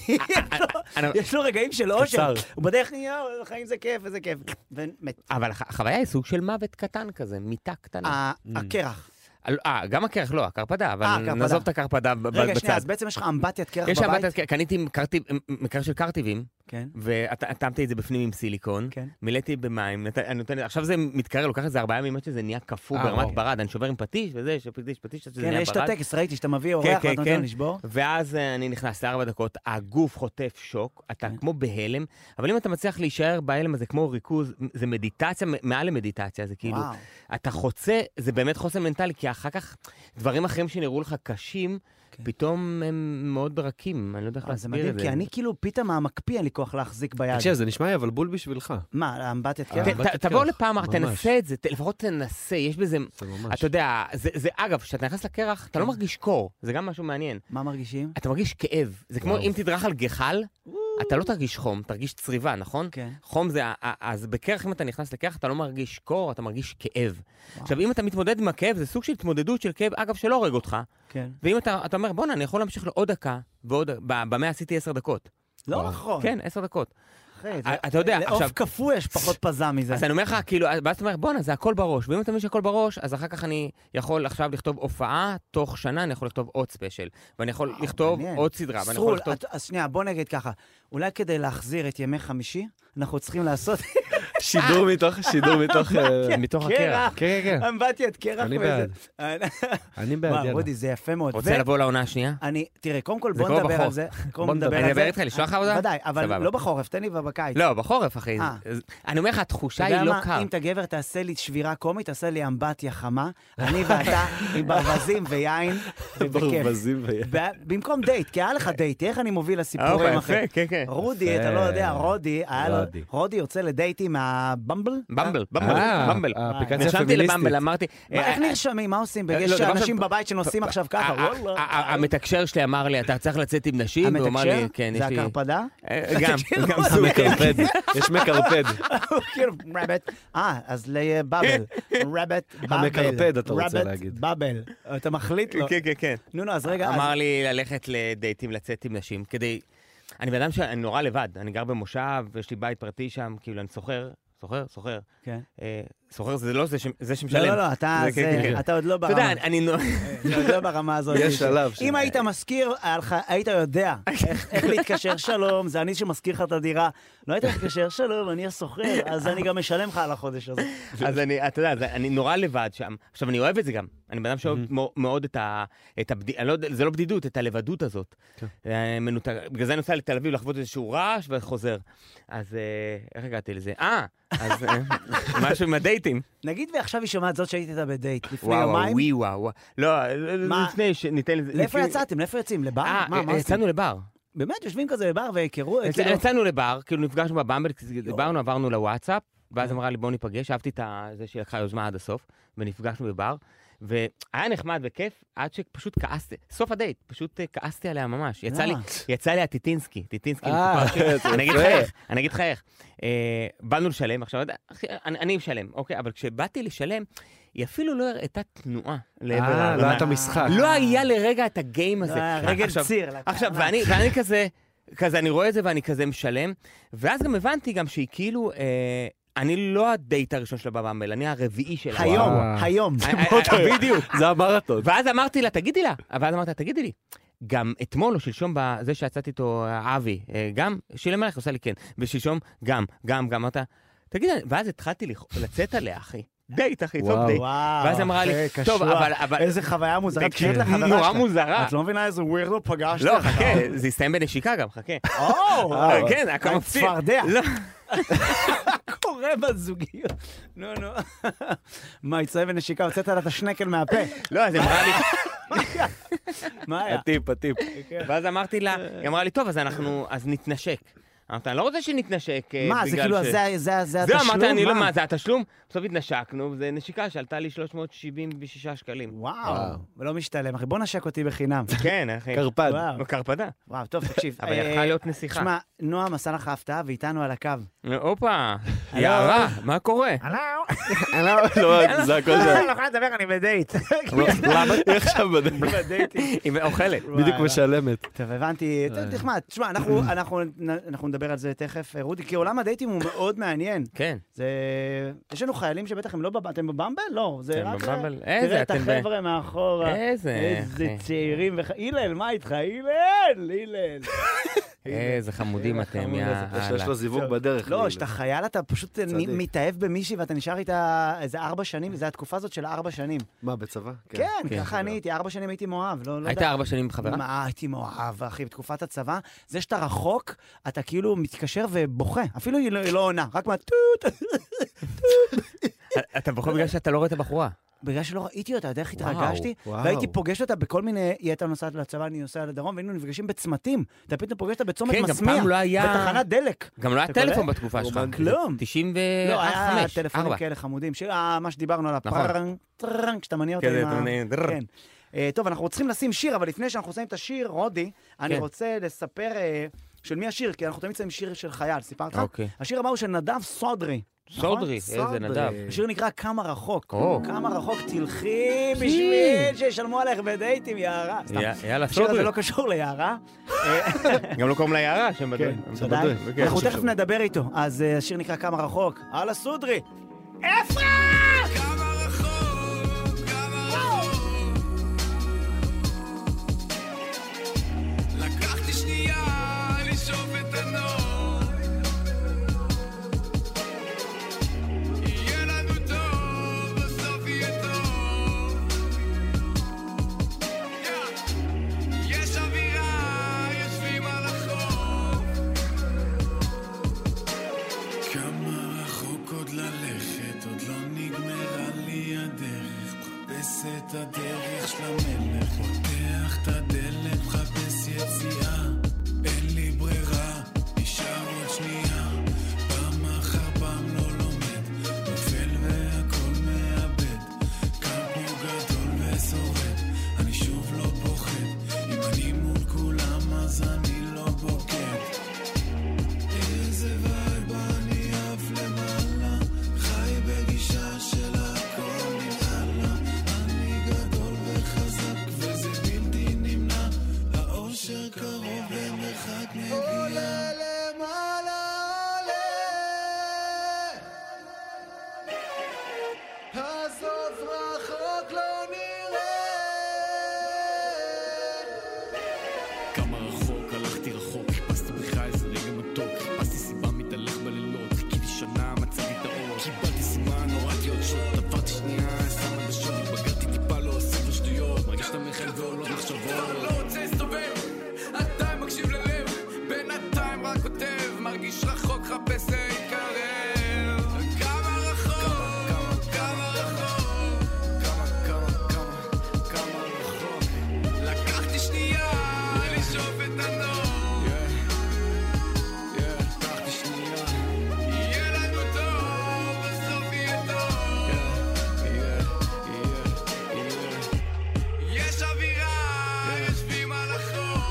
יש לו רגעים של אושר. הוא בדרך, חיים זה כיף, איזה כיף. אבל החוויה היא סוג של מוות קטן כזה, מיטה קטנה. הקרח. גם הקרח לא, הקרפדה, אבל נעזוב את הקרפדה בצד. רגע, שנייה, אז בעצם יש לך אמבטיית קרח בבית? יש אמבטיית קרח, קניתי מקרר של קרטיבים, ואטמתי את זה בפנים עם סיליקון, מילאתי במים, עכשיו זה מתקרר, לוקח את זה 4 ימים, עד שזה נהיה קפוא ברמת ברד, אני שובר עם פטיש וזה, פטיש, שזה נהיה ברד. כן, יש את הטקס, ראיתי שאתה מביא אורח ואתה נותן לשבור. ואז אני נכנס ל4 דקות, הגוף חוטף שוק, אתה כמו בהלם, אבל אם אתה מצליח להישאר בהלם הזה כמו ריכוז, זה מדיטציה, מעל למדיטציה, זה כאילו, אתה חוצה, זה באמת חוסן מנטלי, כי אחר כך דברים אחרים שנראו לך קשים, פתאום הם מאוד רכים, אני לא יודע איך להסביר את זה. זה מדהים, כי אני כאילו פתאום המקפיא, אין לי כוח להחזיק ביד. תקשיב, זה נשמע אבל בול בשבילך. מה, אמבטיית קרח? תבוא לפעם, תנסה את זה, לפחות תנסה, יש בזה, אתה יודע, זה אגב, כשאתה נכנס לקרח, אתה לא מרגיש קור, זה גם משהו מעניין. מה מרגישים? אתה מרגיש כאב, זה כמו אם תדרך על גחל, אתה לא תרגיש חום, תרגיש צריבה, נכון? כן. חום זה, אז בקרח, אם אתה נכנס לקרח, אתה לא מרגיש קור, אתה מרגיש כאב. עכשיו, אם אתה מתמודד עם הכאב, זה סוג של התמודדות של כאב, אגב, שלא הורג אותך. כן. ואם אתה אומר, בוא, אני יכול להמשיך לעוד דקה, במה עשיתי 10 דקות. לא נכון. כן, 10 דקות. אתה יודע, לעוף קפוא יש פחות פזה מזה. אז אני אומר לך, כאילו, ואז אתה אומר, בוא, זה הכל בראש. ואם אתה מבין שהכל בראש, אז אחר כך אני יכול עכשיו לכתוב הופעה, תוך שנה אני יכול לכתוב עוד ספיישל. ואני יכול לכתוב עוד סדרה. סרול, אז שנייה, בוא נגיד ככה. אולי כדי להחזיר את ימי חמישי, אנחנו צריכים לעשות... מתוך הקרח. כן, כן. אמבטיה את קרח. אני בעד. אני בעד, יאללה. רודי, זה יפה מאוד. רוצה לבוא לעונה השנייה? תראה, קודם כל בוא נדבר על זה. אני אדבר איתך, לשלוח לך עבודה? ודאי, אבל לא בחורף, תן לי בקיץ. לא, בחורף, אחי. אני אומר לך, התחושה היא לא קר. אם אתה גבר, תעשה לי שבירה קומית, תעשה לי אמבטיה חמה, אני ואתה עם ברווזים ויין, ברווזים ויין. במקום דייט, כי היה לך דייט, איך אני מוביל לסיפורים אחרי. רודי, אתה לא יודע, רודי יוצא לדייט עם הבמבל? במבל. האפליקציה נרשמתי לבמבל, אמרתי... איך נרשמים? מה עושים? יש אנשים בבית שנוסעים עכשיו ככה, וואלה. המתקשר שלי אמר לי, אתה צריך לצאת עם נשים? המתקשר? זה הקרפדה? גם סוג. יש מקרפד. אז לבבל. רבט, בבל. המקרפד, אתה רוצה להגיד. בבל. אתה מחליט לו. כן, כן, כן. נו, אז רגע. אמר לי ללכת לדייטים, לצאת עם נשים, כדי... אני בן אדם שאני נורא לבד, אני גר במושב, ויש לי בית פרטי שם, כאילו אני סוחר. כן. סוחר זה לא זה שמשלם. לא, אתה עוד לא ברמה. אתה יודע, אני... עוד לא ברמה הזאת. יש שלב. אם היית מזכיר, היית יודע איך להתקשר שלום, זה אני שמזכיר לך את הדירה. לא היית מתקשר שלום, אני הסוחר, אז אני גם משלם לך על החודש הזה. אז אתה יודע, אני נורא לבד שם. עכשיו, אני אוהב את זה גם. אני בן אדם שאוהב מאוד את זה לא בדידות, את הלבדות הזאת. בגלל זה אני נוסע לתל אביב לחוות איזשהו רעש וחוזר. אז איך הגעתי לזה? אז משהו עם הדייטים. נגיד ועכשיו היא שומעת זאת שהייתי איתה בדייט, לפני יומיים? וואו. לא, לפני שניתן לזה... לאיפה יצאתם? לאיפה יוצאים? לבר? מה יצאנו לבר. באמת? יושבים כזה לבר והכירו? יצאנו לבר, כאילו נפגשנו בבמבל, דיברנו, עברנו לוואטסאפ, ואז אמרה לי בוא ניפגש, אהבתי את זה שהיא לקחה יוזמה עד הסוף, ונפגשנו בבר, והיה נחמד וכיף, עד שפשוט כעסתי, סוף הדייט, פשוט כעסתי עליה ממש. יצא לי הטיטינסקי, אני אגיד לך איך. באנו לשלם, עכשיו, אני משלם, אוקיי, אבל כשבאתי לשלם, היא אפילו לא הראתה תנועה לעבר. לא היה את המשחק. לא היה לרגע את הגיים הזה. רגל ציר. עכשיו, ואני כזה, אני רואה את זה ואני כזה משלם, ואז גם הבנתי גם שהיא כאילו... אני לא הדייט הראשון שלה בבמבל, אני הרביעי שלה. היום. בדיוק. זה המרתון. ואז אמרתי לה, תגידי לי, גם אתמול או שלשום בזה שיצאתי איתו אבי, גם שילם עליך, עושה לי כן, ושלשום גם, אמרת, תגידי, ואז התחלתי לצאת עליה, אחי. דייט, אחי, טוב דייט. ואז אמרה לי, טוב, אבל... איזה חוויה מוזרה. נורא מוזרה. את לא מבינה איזה ווירדו פגשת. לא, חכה, זה יסתיים בנשיקה גם, חכה. כן, הכל מפציע. צפרדע. קורה בזוגיות. נו. מה, יצא בנשיקה, הוצאת לה את השנקל מהפה. לא, אז אמרה לי... מה היה? הטיפ. ואז אמרתי לה, היא אמרה לי, טוב, אז נתנשק. אמרתי, אני לא רוצה שנתנשק. מה, זה כאילו, זה התשלום? אמרתי, אני לא, מה, זה התשלום? בסוף התנשקנו, זה נשיקה שעלתה לי 376 שקלים. וואו, ולא משתלם, אחי, בוא נשק אותי בחינם. כן, אחי. קרפדה. וואו, טוב, תקשיב. אבל יכולה להיות נסיכה. תשמע, נועם עשה לך הפתעה ואיתנו על הקו. הופה, יערה, מה קורה? לא, זה הכל זה. אני לא יכולה לדבר, אני בדייט. למה? איך שם בדייט? היא אוכלת. בדיוק משלמת. טוב, הבנתי. תשמע, אנחנו נדבר על זה תכף, רודי, כי עולם הדייטים הוא מאוד מעניין. כן. יש לנו חיילים שבטח הם לא בבמבל, אתם בבמבל? לא, זה רק... בבמבל? תראה את החבר'ה מאחורה. איזה צעירים. הילל, מה איתך? הילל. איזה חמודים אתם, יש לו זיווג בדרך. לא, שאתה חייל, אתה פשוט מתאהב במישהי ואתה נשאר איתה איזה 4 שנים, זו התקופה הזאת של 4 שנים. מה, בצבא? כן, ככה אני הייתי, 4 שנים הייתי מאוהב. היית 4 שנים בחברה? מה, הייתי מאוהב, אחי, בתקופת הצבא. זה שאתה רחוק, אתה כאילו מתקשר ובוכה. אפילו היא לא עונה, רק מה... אתה בוכה בגלל שאתה לא רואה את הבחורה. בגלל שלא ראיתי אותה, דרך התרגשתי, והייתי פוגש אותה בכל מיני, היא הייתה נוסעת לצבא, אני נוסע לדרום, והיינו נפגשים בצמתים. אתה פתאום פוגש אותה בצומת מסמיע, בתחנת דלק. גם לא היה טלפון בתקופה שלך. כלום. 95, לא, היה טלפונים כאלה חמודים, מה שדיברנו על הפרנק, כשאתה מניע אותה עם ה... טוב, אנחנו צריכים לשים שיר, אבל לפני שאנחנו שמים את השיר, רודי, אני רוצה לספר של מי השיר, כי אנחנו תמיד שמים שיר של חייל, סיפרת? השיר הבא הוא של נדב סודרי. סודרי, איזה נדב. השיר נקרא כמה רחוק. כמה רחוק תלכי בשביל שישלמו עליך בדייטים, יערה. יאללה, השיר סודרי. הזה לא קשור ליערה. גם לא קוראים ליערה, שם בדוי. אנחנו תכף נדבר איתו. אז השיר נקרא כמה רחוק. הלאה, סודרי. אפרה! מחפש את הדרך של המלך, פותח את הדלת, מחפש יציאה, אין לי ברירה, נשאר עוד שנייה, פעם אחר פעם לא לומד, נופל והכל מאבד, קם כמו גדול ושורד, אני שוב לא פוחד, אם אני מול כולם אז אני לא בוגד. איזה וייב אני אף למעלה, חי בגישה של הכל נראה, אני גדול וחזק וזה בלתי נמנע, האושר קרוב במרחק נגיעה. עולה למעלה עולה, הסוף רחוק לא נראה. כמה רחוק, הלכתי רחוק, חיפשתי בך איזה רגע מתוק, חיפשתי סיבה מתהלך בלילות, חיכיתי שנה, מצאתי את האור, קיבלתי סימן, הורדתי עוד שוט, עברתי שנייה, שם עד השוד, התבגרתי טיפה, לא עושה בשטויות, מרגיש את המחל ועולות מחשבות. לא רוצה להסתובב, עדיין מקשיב ללב, בינתיים רק כותב, מרגיש רחוק, חפש להתקרב. כמה רחוק, כמה רחוק, כמה רחוק, לקחתי שנייה לשאוף את הנור, לקחתי שנייה, יהיה לנו טוב, בסוף יהיה טוב, יש אווירה, יושבים על החור.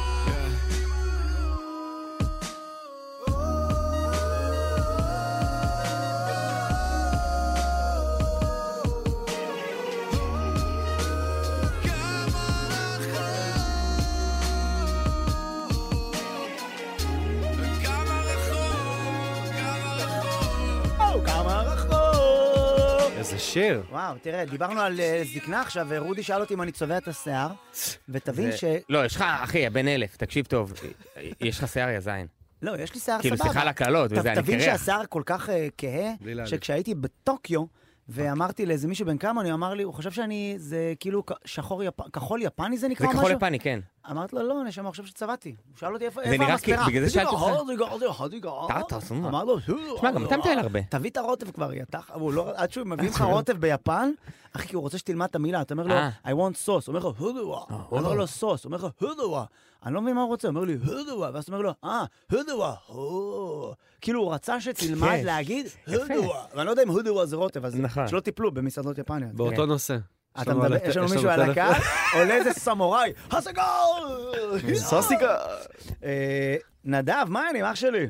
כמה רחוק. איזה שיר. וואו, תראה, דיברנו על זקנה עכשיו, ורודי שאל אותי אם אני צובע את השיער, ותבין ש... לא, יש לך, אחי, בן 1000, תקשיב טוב, יש לך שיער יזיין. לא, יש לי שיער כאילו, סבבה. סליחה לקללות, וזה, אני תבין קרח. שהשיער כל כך כהה, בלי להעליב. שכשהייתי בטוקיו, ואמרתי לאיזה מישהו בן כמה, הוא אמר לי, הוא חושב שאני, זה כאילו כחול יפני זה נקרא זה משהו? כחול יפני, כן. אמרתי לו, לא, נשמה, חושב שצבעתי. הוא שאל אותי איפה נראה המספרה. בגלל זה שאלתי אותך. תעשו מה. אמר לו, תשמע, גם אתה מטייל הרבה. תביא את הרוטב כבר, עד שהוא מביא לך רוטב ביפן, אחי, כי הוא רוצה שתלמד את המילה, אתה אומר לו, I want sauce, הוא אומר לו, הודווה, אני אומר לו סוס, הוא אומר לו, הודווה, אני לא מבין מה הוא רוצה, הוא אומר לי, הודווה, ואז הוא אומר לו, הודווה, כאילו הוא רצה שתלמד להגיד הודווה, ואני לא יודע אם הודווה זה רוטב, אז שלא תיפלו במסעדות יפניות. באותו נושא. אתה מדבר, יש לנו מישהו על הקהל, עולה איזה סמוראי, הסגר! סוסיקה! נדב, מה אני, אח שלי?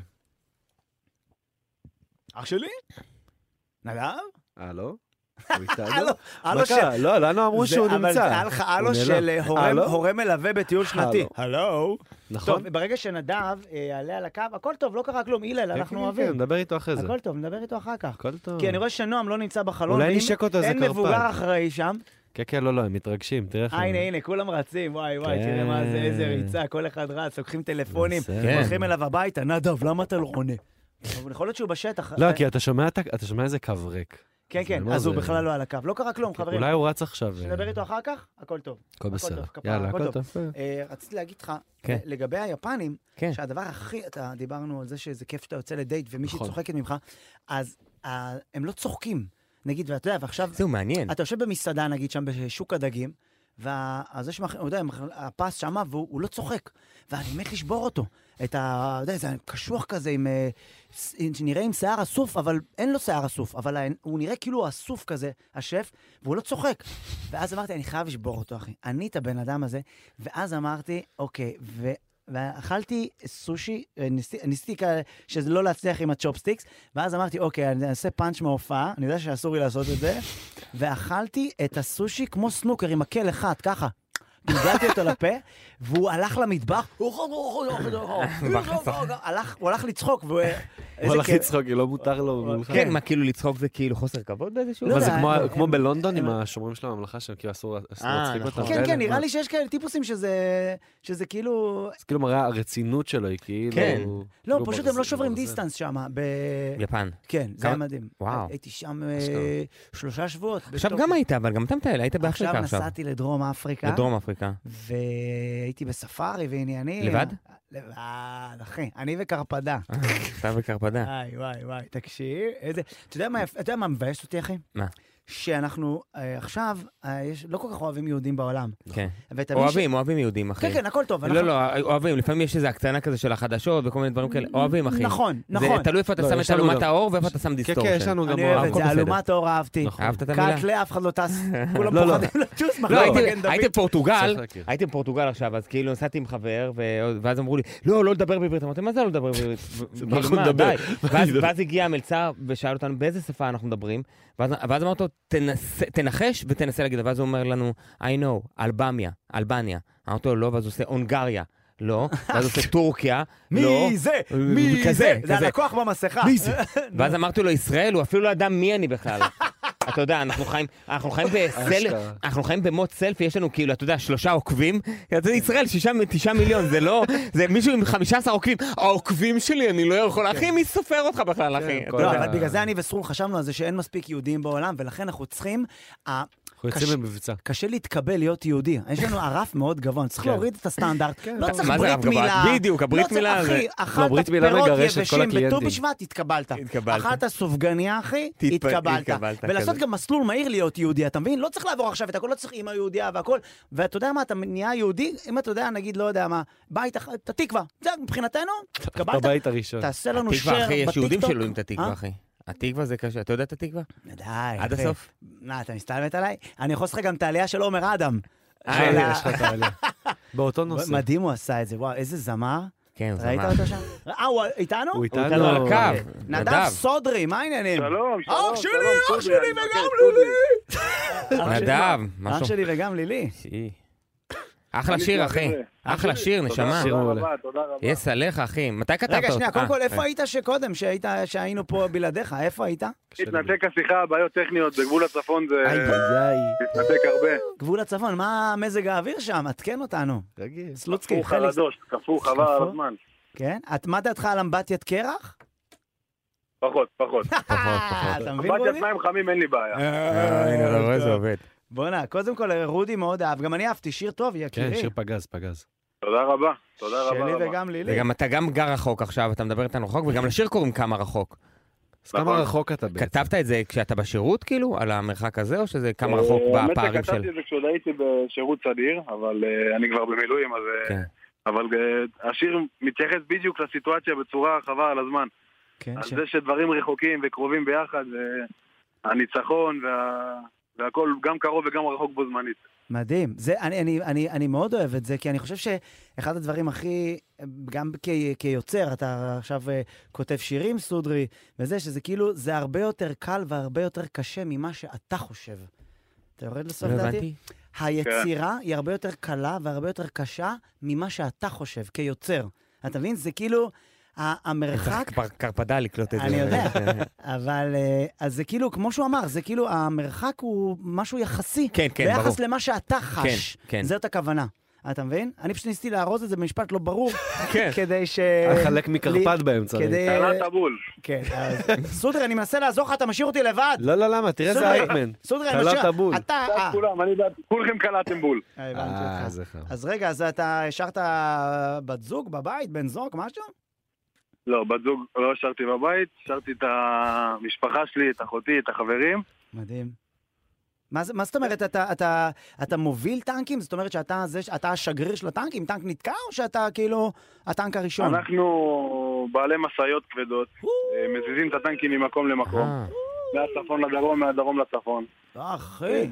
אח שלי? נדב? הלו? הלו, לא, לנו אמרו שהוא נמצא. אבל היה לך הלו של הורה מלווה בטיול שנתי. הלו. נכון. טוב, ברגע שנדב יעלה על הקו, הכל טוב, לא קרה כלום, אילל, אנחנו אוהבים. כן, נדבר איתו אחרי זה. הכל טוב, נדבר איתו אחר כך. הכל טוב. כי אני רואה שנועם לא נמצא בחלון. אולי נשק אותו איזה קרפד. אין מבוגר אחראי שם. כן, לא, הם מתרגשים, תראה איך... הנה, כולם רצים, וואי, תראה מה זה, איזה ריצה, כל אחד רץ, לוקחים טלפונים, הולכים אליו הביתה, נדב, למה אתה לא עונה? אבל יכול להיות שהוא בשטח. לא, כי אתה שומע איזה קו ריק. כן, אז הוא בכלל לא על הקו. לא קרה כלום, חברים. אולי הוא רץ עכשיו. שנדבר איתו אחר כך? הכל טוב. הכל בסדר. יאללה, הכל טוב. רציתי להגיד לך, לגבי היפנים, שהדבר הכי, דיברנו על זה שזה כיף שאתה יוצא לדייט ומישהי צוחקת ממך, אז הם לא צוחקים. נגיד, ואתה יודע, ועכשיו... זהו, מעניין. אתה יושב במסעדה, נגיד, שם בשוק הדגים, וזה הפס שמה, והוא לא צוחק. ואני מת לשבור אותו. אתה יודע, זה קשוח כזה, שנראה עם שיער אסוף, אבל אין לו שיער אסוף, אבל הוא נראה כאילו אסוף כזה, השף, והוא לא צוחק. ואז אמרתי, אני חייב לשבור אותו, אחי. אני את הבן אדם הזה, ואז אמרתי, אוקיי, ואכלתי סושי, ניסיתי שזה לא להצליח עם הצ'ופסטיקס, ואז אמרתי, אוקיי, אני אעשה פאנץ' מההופעה, אני יודע שאסור לי לעשות את זה, ואכלתי את הסושי כמו סנוקר עם מקל אחד, ככה. גלגלתי אותו לפה, והוא הלך למטבח, הוא הלך לצחוק, הוא הלך לצחוק, כי לא מותר לו. כן, מה, כאילו לצחוק זה כאילו חוסר כבוד באיזשהו? מה, זה כמו בלונדון עם השומרים של הממלכה, שהם כאילו אסור להצחיק אותם? כן, נראה לי שיש כאלה טיפוסים שזה כאילו... זה כאילו מראה הרצינות שלו, היא כאילו... כן. לא, פשוט הם לא שוברים דיסטנס שם. יפן. כן, זה היה מדהים. וואו. הייתי שם 3 שבועות. עכשיו גם היית, אבל גם אתה מטייל, היית באפריקה עכשיו. עכשיו נסעתי לדרום אפריקה. לדרום אפריקה. והייתי בספארי וענייני. לבד? לבד, אחי. אני וקרפדה. אתה וקרפדה. וואי, תקשיב. אתה יודע מה מבאס אותי, אחי? מה? שאנחנו עכשיו לא כל כך אוהבים יהודים בעולם. כן. אוהבים יהודים, אחי. כן, הכל טוב. לא, אוהבים. לפעמים יש איזו הקצנה כזה של החדשות וכל מיני דברים כאלה. אוהבים, אחי. נכון. זה תלוי איפה אתה שם את אלומת האור ואיפה אתה שם דיסטורשן. כן, יש לנו גם אני אוהב את זה, אלומת האור אהבתי. אהבת את המילה? קאטלה, אף אחד לא טס. כולם פוחדים לטוס. הייתי בפורטוגל עכשיו, אז כאילו נסעתי עם חבר, ואז אמרו לי, לא לדבר בעברית. אמרתי, מה זה לא לדבר בעברית? ואז הגיע המלצר ושאל אותנו באיזה שפה אנחנו מדברים, ואז אמרתי לו, תנחש ותנסה להגיד, ואז הוא אומר לנו, I know, אלבניה. אמרתי לו, לא, ואז הוא עושה הונגריה. לא, ואז עושה טורקיה, לא. מי זה? מי זה? זה הלקוח במסכה. מי זה? ואז אמרתי לו, ישראל, הוא אפילו לא ידע מי אני בכלל. אתה יודע, אנחנו חיים במוד סלפי, יש לנו כאילו, אתה יודע, 3 עוקבים. ישראל, 9 מיליון, זה לא, זה מישהו עם 15 עוקבים. העוקבים שלי, אני לא יכול, אחי, מי סופר אותך בכלל, אחי? לא, אבל בגלל זה אני וסרול חשבנו על זה שאין מספיק יהודים בעולם, ולכן אנחנו צריכים... קשה להתקבל להיות יהודי. יש לנו ערף מאוד גבוה, צריך להוריד את הסטנדרט. לא צריך ברית מילה. בדיוק, הברית מילה זה... אחת הפירות יבשים בט"ו בשבט, התקבלת. אחת הסופגניה, אחי, התקבלת. ולעשות גם מסלול מהיר להיות יהודי, אתה מבין? לא צריך לעבור עכשיו את הכל, לא צריך אמא יהודיה והכל. ואתה יודע מה, אתה נהיה יהודי, אם אתה יודע, נגיד, לא יודע מה, בית, את התקווה. זה מבחינתנו, התקבלת. בבית הראשון. תעשה לנו share בטיקטוק. התקווה זה קשה, אתה יודע את התקווה? די. עד הסוף? אתה מסתלמת עליי? אני יכול לך גם את העלייה של עומר אדם. יש לך את העלייה. באותו נושא. מדהים הוא עשה את זה, וואו, איזה זמר. כן, הוא זמר. ראית אותו שם? הוא איתנו? הוא איתנו על הקו. נדב סודרי, מה העניינים? שלום. אח שלי וגם לילי. נדב, אח שלי וגם לילי. אחלה שיר, אחי. אחלה שיר, נשמה. תודה רבה. יש עליך, אחי. מתי כתבת אותה? רגע, שנייה, קודם כל, איפה היית שקודם, שהיינו פה בלעדיך? איפה היית? התנתק השיחה, בעיות טכניות, בגבול הצפון זה... התנתק הרבה. גבול הצפון, מה מזג האוויר שם? עתקן אותנו. סלוצקי, כפוך חלדוש, כפוך, חבל על הזמן. כן? מה דעתך על אמבטיית קרח? פחות. אתה מבין אמבטיית מים חמים אין לי בעיה. הנה, אתה רואה, זה עובד. בוא'נה, קודם כל, רודי מאוד אהב, גם אני אהבתי, שיר טוב, יקירי. כן, שיר פגז. תודה רבה. שלי וגם לילי. וגם אתה גם גר רחוק עכשיו, אתה מדבר איתנו רחוק, וגם לשיר קוראים כמה רחוק. אז כמה רחוק אתה בעצם? כתבת את זה כשאתה בשירות, כאילו, על המרחק הזה, או שזה כמה רחוק בפערים של... כתבתי את זה כשעוד הייתי בשירות סדיר, אבל אני כבר במילואים, אבל השיר מתייחס בדיוק לסיטואציה בצורה רחבה על הזמן. על זה שדברים רחוקים וקרובים ביחד, הניצחון והכל גם קרוב וגם רחוק בו זמנית. מדהים. אני מאוד אוהב את זה, כי אני חושב שאחד הדברים הכי, גם כיוצר, אתה עכשיו כותב שירים, סודרי, וזה שזה כאילו, זה הרבה יותר קל והרבה יותר קשה ממה שאתה חושב. אתה יורד לסוף דעתי? היצירה היא הרבה יותר קלה והרבה יותר קשה ממה שאתה חושב, כיוצר. אתה מבין? זה כאילו... המרחק... קרפדה לקלוט את זה. אני יודע, אבל אז זה כאילו, כמו שהוא אמר, זה כאילו, המרחק הוא משהו יחסי. כן, ברור. ביחס למה שאתה חש. זאת הכוונה. אתה מבין? אני פשוט ניסיתי להרוז את זה במשפט לא ברור, כדי ש... חלק מקרפד באמצע. קלעת בול. כן, סודר, אני מנסה לעזור לך, אתה משאיר אותי לבד. לא, למה? תראה זה אייטמן. סודר, אני משאיר... קלעת בול. כולכם קלעתם בול. אז רגע, אז אתה השארת בת זוג בבית, בן זוג, משהו? לא, בת זוג לא השארתי בבית, השארתי את המשפחה שלי, את אחותי, את החברים. מדהים. מה זאת אומרת, אתה מוביל טנקים? זאת אומרת שאתה השגריר של הטנקים? טנק נתקע או שאתה כאילו הטנק הראשון? אנחנו בעלי מסעיות כבדות, מזיזים את הטנקים ממקום למקום. מהצפון לדרום, מהדרום לצפון. אחי.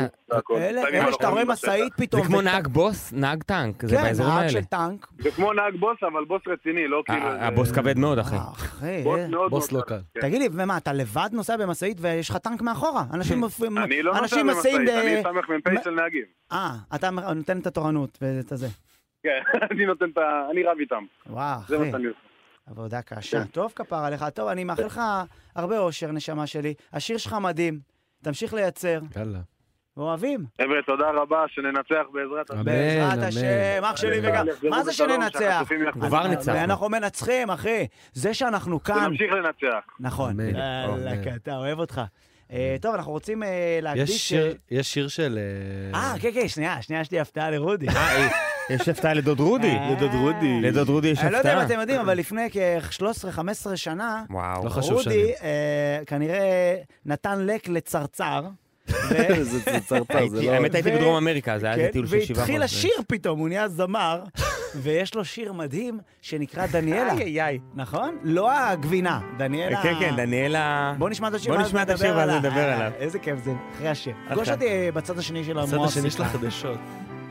אלה שאתה רואה מסעית פתאום. זה כמו נהג בוס, נהג טנק, זה באזורים האלה. כן, נהג של טנק. זה כמו נהג בוס, אבל בוס רציני, לא כאילו... הבוס כבד מאוד, אחי. בוס לא קל. תגיד לי, ומה, אתה לבד נוסע במסעית ויש לך טנק מאחורה? אני לא נוסע במסעית, אני סמך מ"פ של נהגים. אתה נותן את התורנות ואת הזה. כן, אני רב איתם. וואו, זה מה שאני עושה. עבודה קשה. טוב, כפר עליך. טוב, אני מאחל לך הרבה אושר, נשמה שלי. השיר שלך מדהים. תמשיך לייצר. יאללה. ואוהבים. חבר'ה, תודה רבה, שננצח בעזרת השם. בעזרת השם, אח שלי וגם. מה זה שננצח? כבר ניצחנו. אנחנו מנצחים, אחי. זה שאנחנו כאן. ונמשיך לנצח. נכון. אתה אוהב אותך. טוב, אנחנו רוצים להקדיש... יש שיר של... כן, שנייה, יש לי הפתעה לרודי. יש הפתעה לדוד רודי. לדוד רודי יש הפתעה. אני לא יודע אם אתם יודעים, אבל לפני כ-13-15 שנה, רודי כנראה נתן לק לצרצר. זה צרצר, זה לא... האמת הייתי בדרום אמריקה, זה היה טיול של 7 חודשים. והתחיל לשיר פתאום, הוא נהיה זמר, ויש לו שיר מדהים שנקרא דניאלה. נכון? לא הגבינה, דניאלה... כן, כן, דניאלה... בוא נשמע את השיר ואז נדבר עליו. איזה כיף זה, אחרי השיר. פגוש אותי בצד השני של המואסיקה. בצד השני של החדשות.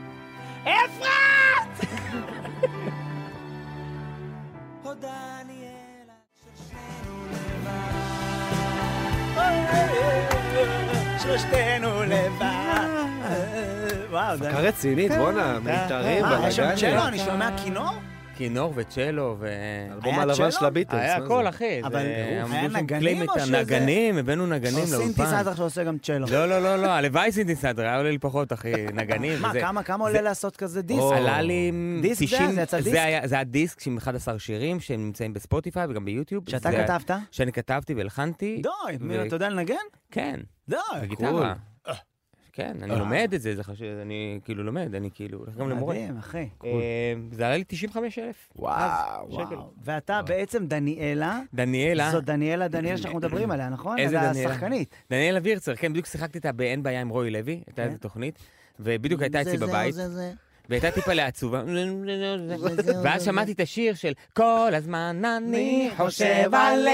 אפרת! שלושתנו לבד. וואו, הפקה רצינית, בואנה, מיתרים, בלגנים. אני שומע כינור? כינור וצ'לו אלבום הלבן של הביטלס. היה הכל, אחי. אבל היה נגנים או שזה? נגנים, הבאנו נגנים לאולפן. או סינתסיידר שעושה גם צ'לו. לא, הלוואי סינתסיידר, היה עולה לי פחות, אחי, נגנים. מה, כמה עולה לעשות כזה דיסק? עלה לי 90... זה יצא דיסק? זה היה דיסק עם 11 שירים שהם נמצאים בספוטיפיי וגם ביוטיוב. שאתה כתבת? שאני כתבתי והלחנתי. די, אתה יודע לנגן? כן. די, בגיטרה. כן, אני לומד את זה, זה חשוב, אני כאילו לומד, אני כאילו הולך גם למורה. מדהים, אחי. זה עלה לי 95,000. וואו. ואתה בעצם דניאלה. דניאלה. זאת דניאלה שאנחנו מדברים עליה, נכון? איזה דניאלה? השחקנית. דניאלה וירצר, כן, בדיוק שיחקתי איתה באין בעיה עם רוי לוי, הייתה איזו תוכנית, ובדיוק הייתה אצלי בבית. והייתה טיפה לעצובה, ואז שמעתי את השיר של כל הזמן אני חושב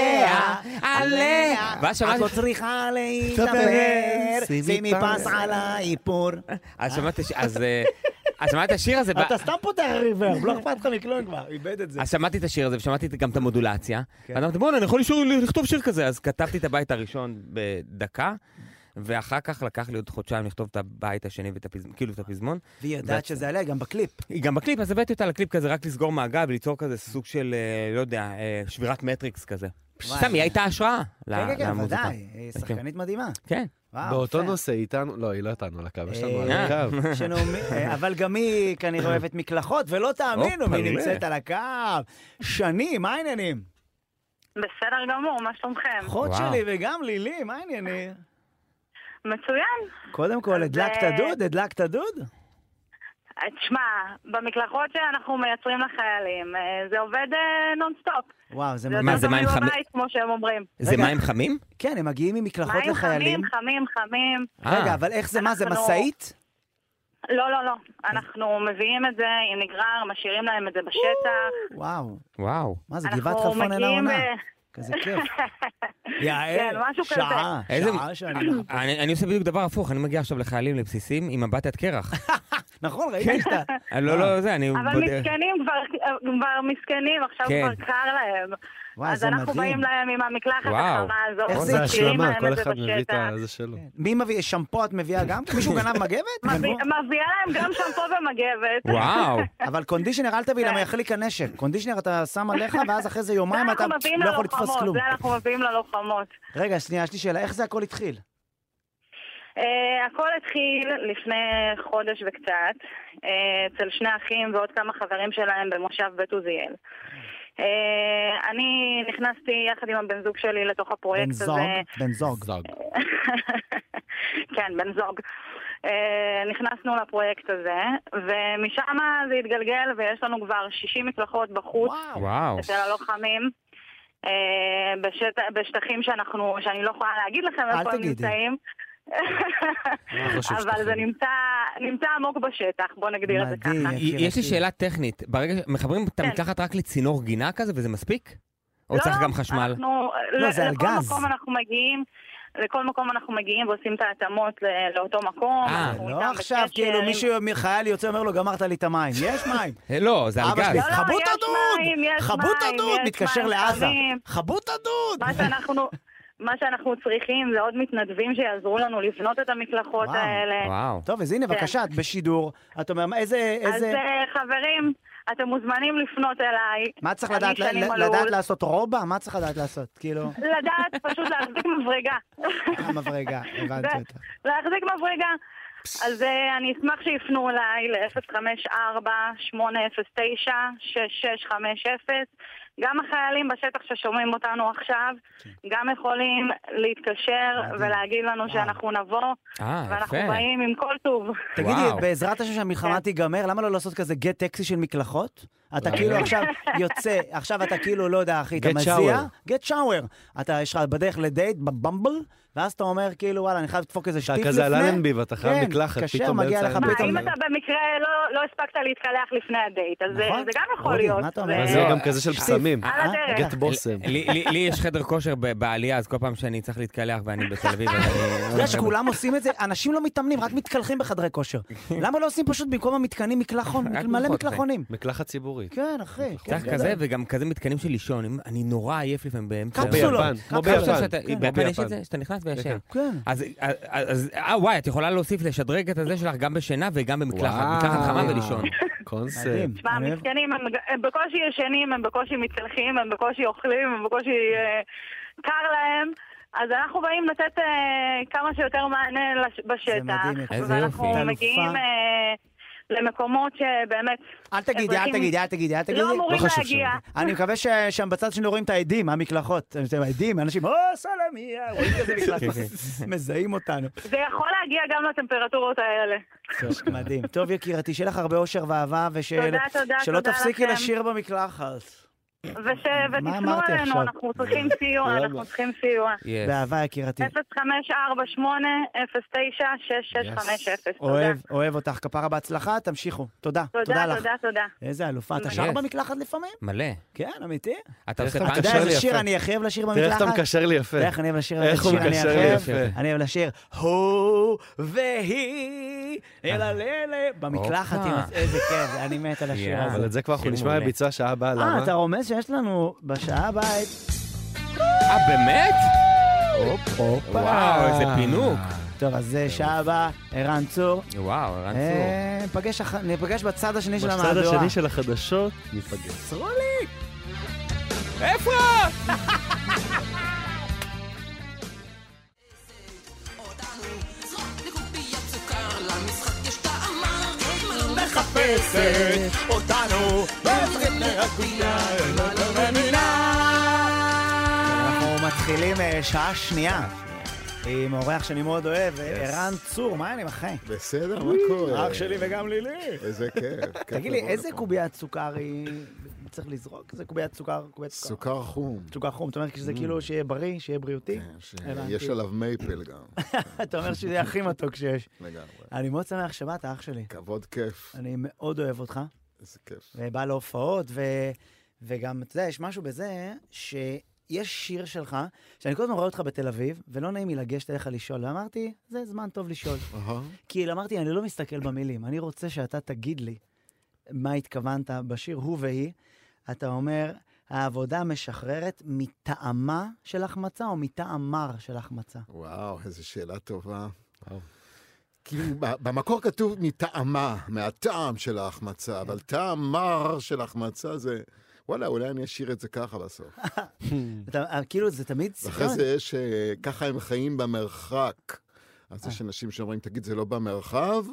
עליה, ואז שמעתי... את לא צריכה להתאפר, שימי פס על האיפור. אז שמעתי את השיר הזה... אתה סתם פותח ריברב, לא אכפת לך מכלום כבר, איבד את זה. אז שמעתי את השיר הזה, ושמעתי גם את המודולציה, ואמרתי, בוא'נה, אני יכול לכתוב שיר כזה, אז כתבתי את הבית הראשון בדקה, ואחר כך לקח לי עוד חודשיים לכתוב את הבית השני, כאילו את הפזמון. והיא יודעת שזה עליה, גם בקליפ. גם בקליפ, אז הבאתי אותה לקליפ כזה, רק לסגור מעגל וליצור כזה סוג של, לא יודע, שבירת מטריקס כזה. סתם, היא הייתה השראה למוזיקה. כן, ודאי, היא שחקנית מדהימה. כן. באותו נושא איתנו, לא, היא לא איתנו על הקו, יש לנו על הקו. אבל גם היא כנראה אוהבת מקלחות, ולא תאמינו, מי נמצאת על הקו. שני, מה העניינים? בסדר גמור, מה שלומכם? אחות שלי וגם לילי, מה העניינים? מצוין. קודם כל, הדלקת דוד? תשמע, במקלחות שאנחנו מייצרים לחיילים, זה עובד נונסטופ. וואו, זה מים חמים? כמו שהם אומרים. זה מים חמים? כן, הם מגיעים ממקלחות לחיילים. מים חמים. רגע, אבל איך זה, מה זה, מסעית? לא. אנחנו מביאים את זה עם נגרר, משאירים להם את זה בשטח. וואו. מה זה, גבעת חלפון אין העונה? כזה כיף. כן, משהו כזה. שעה שאני... אני עושה בדיוק דבר הפוך, אני מגיע עכשיו לחיילים לבסיסים עם מבט קרח. נכון, ראיתי שאתה... לא, זה, אני... אבל מסכנים כבר מסכנים, עכשיו כבר קר להם. אז אנחנו באים להם עם המקלחת החמה הזאת. איך זה השלמה, כל אחד מביא את זה שלו. מי מביא? שמפו את מביאה גם? מישהו גנב מגבת? מביאה להם גם שמפו ומגבת. וואו. אבל קונדישנר אל תביא, למה יחליק הנשק. קונדישנר אתה שם עליך, ואז אחרי זה יומיים אתה לא יכול לתפוס כלום. זה אנחנו מביאים ללוחמות. רגע, שנייה, יש לי שאלה, איך זה הכל התחיל? הכל התחיל לפני חודש וקצת, אצל שני אחים ועוד כמה חברים שלהם במושב בית עוזיאל. אני נכנסתי יחד עם הבן זוג שלי לתוך הפרויקט הזה. בן זוג. כן, בן זוג. נכנסנו לפרויקט הזה, ומשם זה התגלגל, ויש לנו כבר 60 מקלחות בחוץ, אצל הלוחמים, בשטחים שאני לא יכולה להגיד לכם איפה הם נמצאים. אבל זה נמצא עמוק בשטח, בוא נגדיר את זה ככה. יש לי שאלה טכנית, ברגע מחברים את המקלחת רק לצינור גינה כזה וזה מספיק? או צריך גם חשמל? לא, זה על גז. לכל מקום אנחנו מגיעים ועושים את ההתאמות לאותו מקום. לא עכשיו, כאילו מישהו חייל יוצא אומר לו, גמרת לי את המים. יש מים. לא, זה על גז. חבו את הדוד! חבו את הדוד! מתקשר לעזה. חבו את הדוד! מה שאנחנו צריכים זה עוד מתנדבים שיעזרו לנו לבנות את המקלחות האלה. וואו. טוב, אז הנה, בבקשה, את בשידור. את אומר, איזה... אז חברים, אתם מוזמנים לפנות אליי. מה צריך לדעת? לדעת לעשות רובה? מה צריך לדעת לעשות? כאילו... לדעת פשוט להחזיק מברגה. מברגה, הבנתי אותה. להחזיק מברגה. אז אני אשמח שיפנו אליי ל-054-809-6650. גם החיילים בשטח ששומעים אותנו עכשיו, גם יכולים להתקשר ולהגיד לנו שאנחנו נבוא, ואנחנו באים עם כל טוב. תגידי, בעזרת השם שהמלחמה תיגמר, למה לא לעשות כזה גט טקסי של מקלחות? אתה כאילו עכשיו יוצא, עכשיו אתה כאילו, לא יודע, אחי, אתה מזיע, גט שאוור. אתה יש לך בדרך לדייט בבמבל, ואז אתה אומר, כאילו, וואלה, אני חייב לדפוק איזה שטיף לפני. כזה על אלנביב, אתה חייב מקלחת, פתאום מגיע לך פתאום. אם אתה במקרה לא הספקת להתקלח לפני הדייט, אז זה גם יכול להיות. זה גם כזה של פסמים. גט בוסם. לי יש חדר כושר בעלייה, אז כל פעם שאני צריך להתקלח ואני בתל אביב, אתה יודע שכולם עושים את זה, אנשים לא מתאמנים, רק מתקלחים בחדרי כושר. למה לא עושים פשוט במקום המתקנים מקלחון? מלא מקלחונים. מקלחת ציבורית. כן, אחי. צריך כזה, וגם כזה מתקנים של לישון. אני נורא עייף לפעמים באמצע. קפסולות. כמו ביפן. ביפן יש את זה, שאתה נכנס וישן. אז וואי, את יכולה להוסיף לשדרג את הזה שלך גם בשינה וגם במקלחת. מקלחת חמה ולישון. קונספט. תשמע, המתקנים הם בקושי ישנים, הם בקושי מתקלחים, הם בקושי אוכלים, הם בקושי קר להם. אז אנחנו באים לתת כמה שיותר מענה בשטח. ואנחנו מגיעים למקומות שבאמת... אל תגידי. לא אמורים להגיע. אני מקווה ששם בצד שני רואים את העדים, המקלחות. העדים, אנשים, סלמיה, רואים כזה מקלחות. מזהים אותנו. זה יכול להגיע גם לטמפרטורות האלה. מדהים. טוב, יקירתי, שיהיה לך הרבה אושר ואהבה, ושלא תפסיקי לשיר במקלחת. ותפנו עלינו, אנחנו צריכים סיוע, באהבה יקירתי. 0548-09-6650. אוהב אותך, כפרה בהצלחה, תמשיכו. תודה לך. תודה. איזה אלופה, אתה שר במקלחת לפעמים? מלא. כן, אמיתי. אתה עושה פאנץ'. אתה יודע איזה שיר אני אחייב לשיר במקלחת? תראה איך אתה מקשר לי יפה. איך אני אוהב לשיר אני אוהב לשיר הו והיא אלה לילה במקלחת. איזה כיף, אני מת על השיר הזה. אבל את זה כבר אנחנו נשמע בביצוע שעה הבאה, למה? אתה רומז שיש לנו בשעה הבית. באמת? וואו, איזה פינוק. טוב, אז זה שעה הבאה, ערן צור. וואו, ערן צור. ניפגש בצד השני של המהדורה. בצד השני של החדשות, ניפגש. סרולי! איפה? מחפשת אותנו אנחנו מתחילים שעה שנייה עם אורח שאני מאוד אוהב, ערן צור. מה העניינים, אחי? בסדר, מה קורה? אח שלי וגם לילי. איזה כיף. תגיד לי, איזה קוביית סוכר היא... צריך לזרוק? זה קוביית סוכר? סוכר חום. סוכר חום. אתה אומר שזה כאילו שיהיה בריא, שיהיה בריאותי? יש עליו מייפל גם. אתה אומר שזה הכי מתוק שיש. לגמרי. אני מאוד שמח שבאת, אח שלי. כבוד, כיף. אני מאוד אוהב אותך. איזה כיף. ובא להופעות, וגם, אתה יודע, יש משהו בזה שיש שיר שלך, שאני כל הזמן רואה אותך בתל אביב, ולא נעים לי לגשת אליך לשאול, ואמרתי, זה זמן טוב לשאול. כי אמרתי, אני לא מסתכל במילים, אני רוצה שאתה תגיד לי מה התכוונת בשיר הוא והיא. אתה אומר, העבודה משחררת מטעמה של החמצה או מטעמר של החמצה? וואו, איזו שאלה טובה. כאילו, במקור כתוב מטעמה, מהטעם של ההחמצה, אבל טעם מר של החמצה זה... וואלה, אולי אני אשאיר את זה ככה בסוף. כאילו, זה תמיד... אחרי זה יש, ככה הם חיים במרחק. אז יש אנשים שאומרים, תגיד, זה לא במרחב?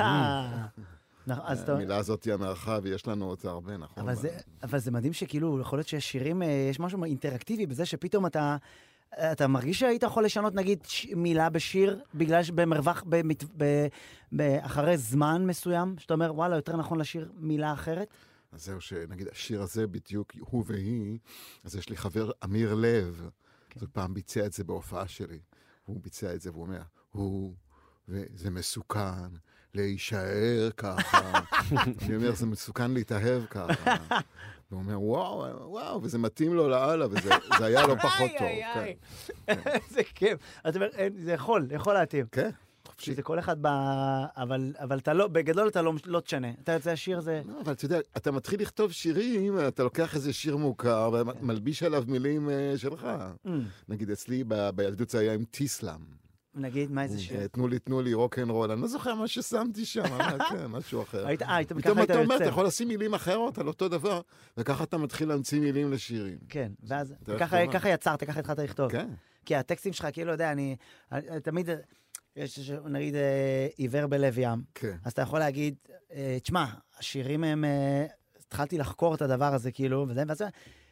המילה הזאת היא המרחב, ויש לנו אותה הרבה, נכון? אבל זה מדהים שכאילו, יכול להיות שיש שירים, יש משהו אינטראקטיבי בזה שפתאום אתה מרגיש שהיית יכול לשנות, נגיד, מילה בשיר, בגלל שבמרווח, אחרי זמן מסוים, שאתה אומר, וואלה, יותר נכון לשיר מילה אחרת? אז זהו, שנגיד, השיר הזה בדיוק, הוא והיא, אז יש לי חבר אמיר לב, זאת פעם ביצע את זה בהופעה שלי, הוא ביצע את זה והוא אומר, וזה מסוכן להישאר ככה. אני אומר, זה מסוכן להתאהב ככה. והוא אומר, וואו, וזה מתאים לו לאללה, וזה היה לא פחות טוב. זה כיף. אתה אומר, זה יכול להתאים. כן. זה כל אחד אבל אתה לא, בגדול אתה לא תשנה. אתה יוצא השיר זה... לא, אבל אתה יודע, אתה מתחיל לכתוב שירים, אתה לוקח איזה שיר מוכר, ומלביש עליו מילים שלך. נגיד, אצלי בילדות זה היה עם טיסלאם. נגיד, מה איזה שיר? תנו לי רוק אנד רול. אני לא זוכר מה ששמתי שם, כן, משהו אחר. פתאום אתה אומר, אתה יכול לשים מילים אחרות על אותו דבר, וככה אתה מתחיל להמציא מילים לשירים. כן, ואז ככה יצרת, ככה התחלת לכתוב. כן. כי הטקסטים שלך, כאילו, יודע, אני תמיד, יש, נגיד, עיוור בלב ים. כן. אז אתה יכול להגיד, תשמע, השירים הם, התחלתי לחקור את הדבר הזה, כאילו, ואז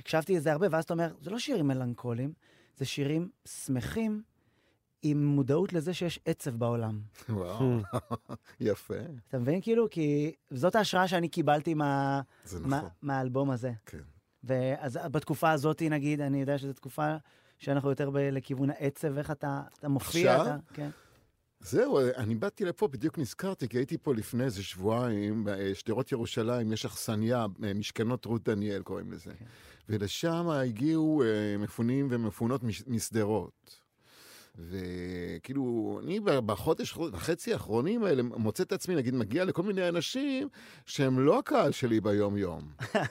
הקשבתי לזה הרבה, ואז אתה אומר, זה לא שירים מלנכוליים, זה שירים שמחים, עם מודעות לזה שיש עצב בעולם. וואו, יפה. אתה מבין כאילו? כי זאת ההשראה שאני קיבלתי מהאלבום הזה. כן. ואז בתקופה הזאת, נגיד, אני יודע שזו תקופה שאנחנו יותר לכיוון העצב, איך אתה מופיע. עכשיו? כן. זהו, אני באתי לפה, בדיוק נזכרתי, כי הייתי פה לפני איזה שבועיים, בשדרות ירושלים, יש אכסניה, משכנות רות דניאל קוראים לזה. כן. ולשם הגיעו מפונים ומפונות משדרות. וכאילו, אני בחודש וחצי האחרונים האלה מוצא את עצמי, נגיד, מגיע לכל מיני אנשים שהם לא הקהל שלי ביום יום.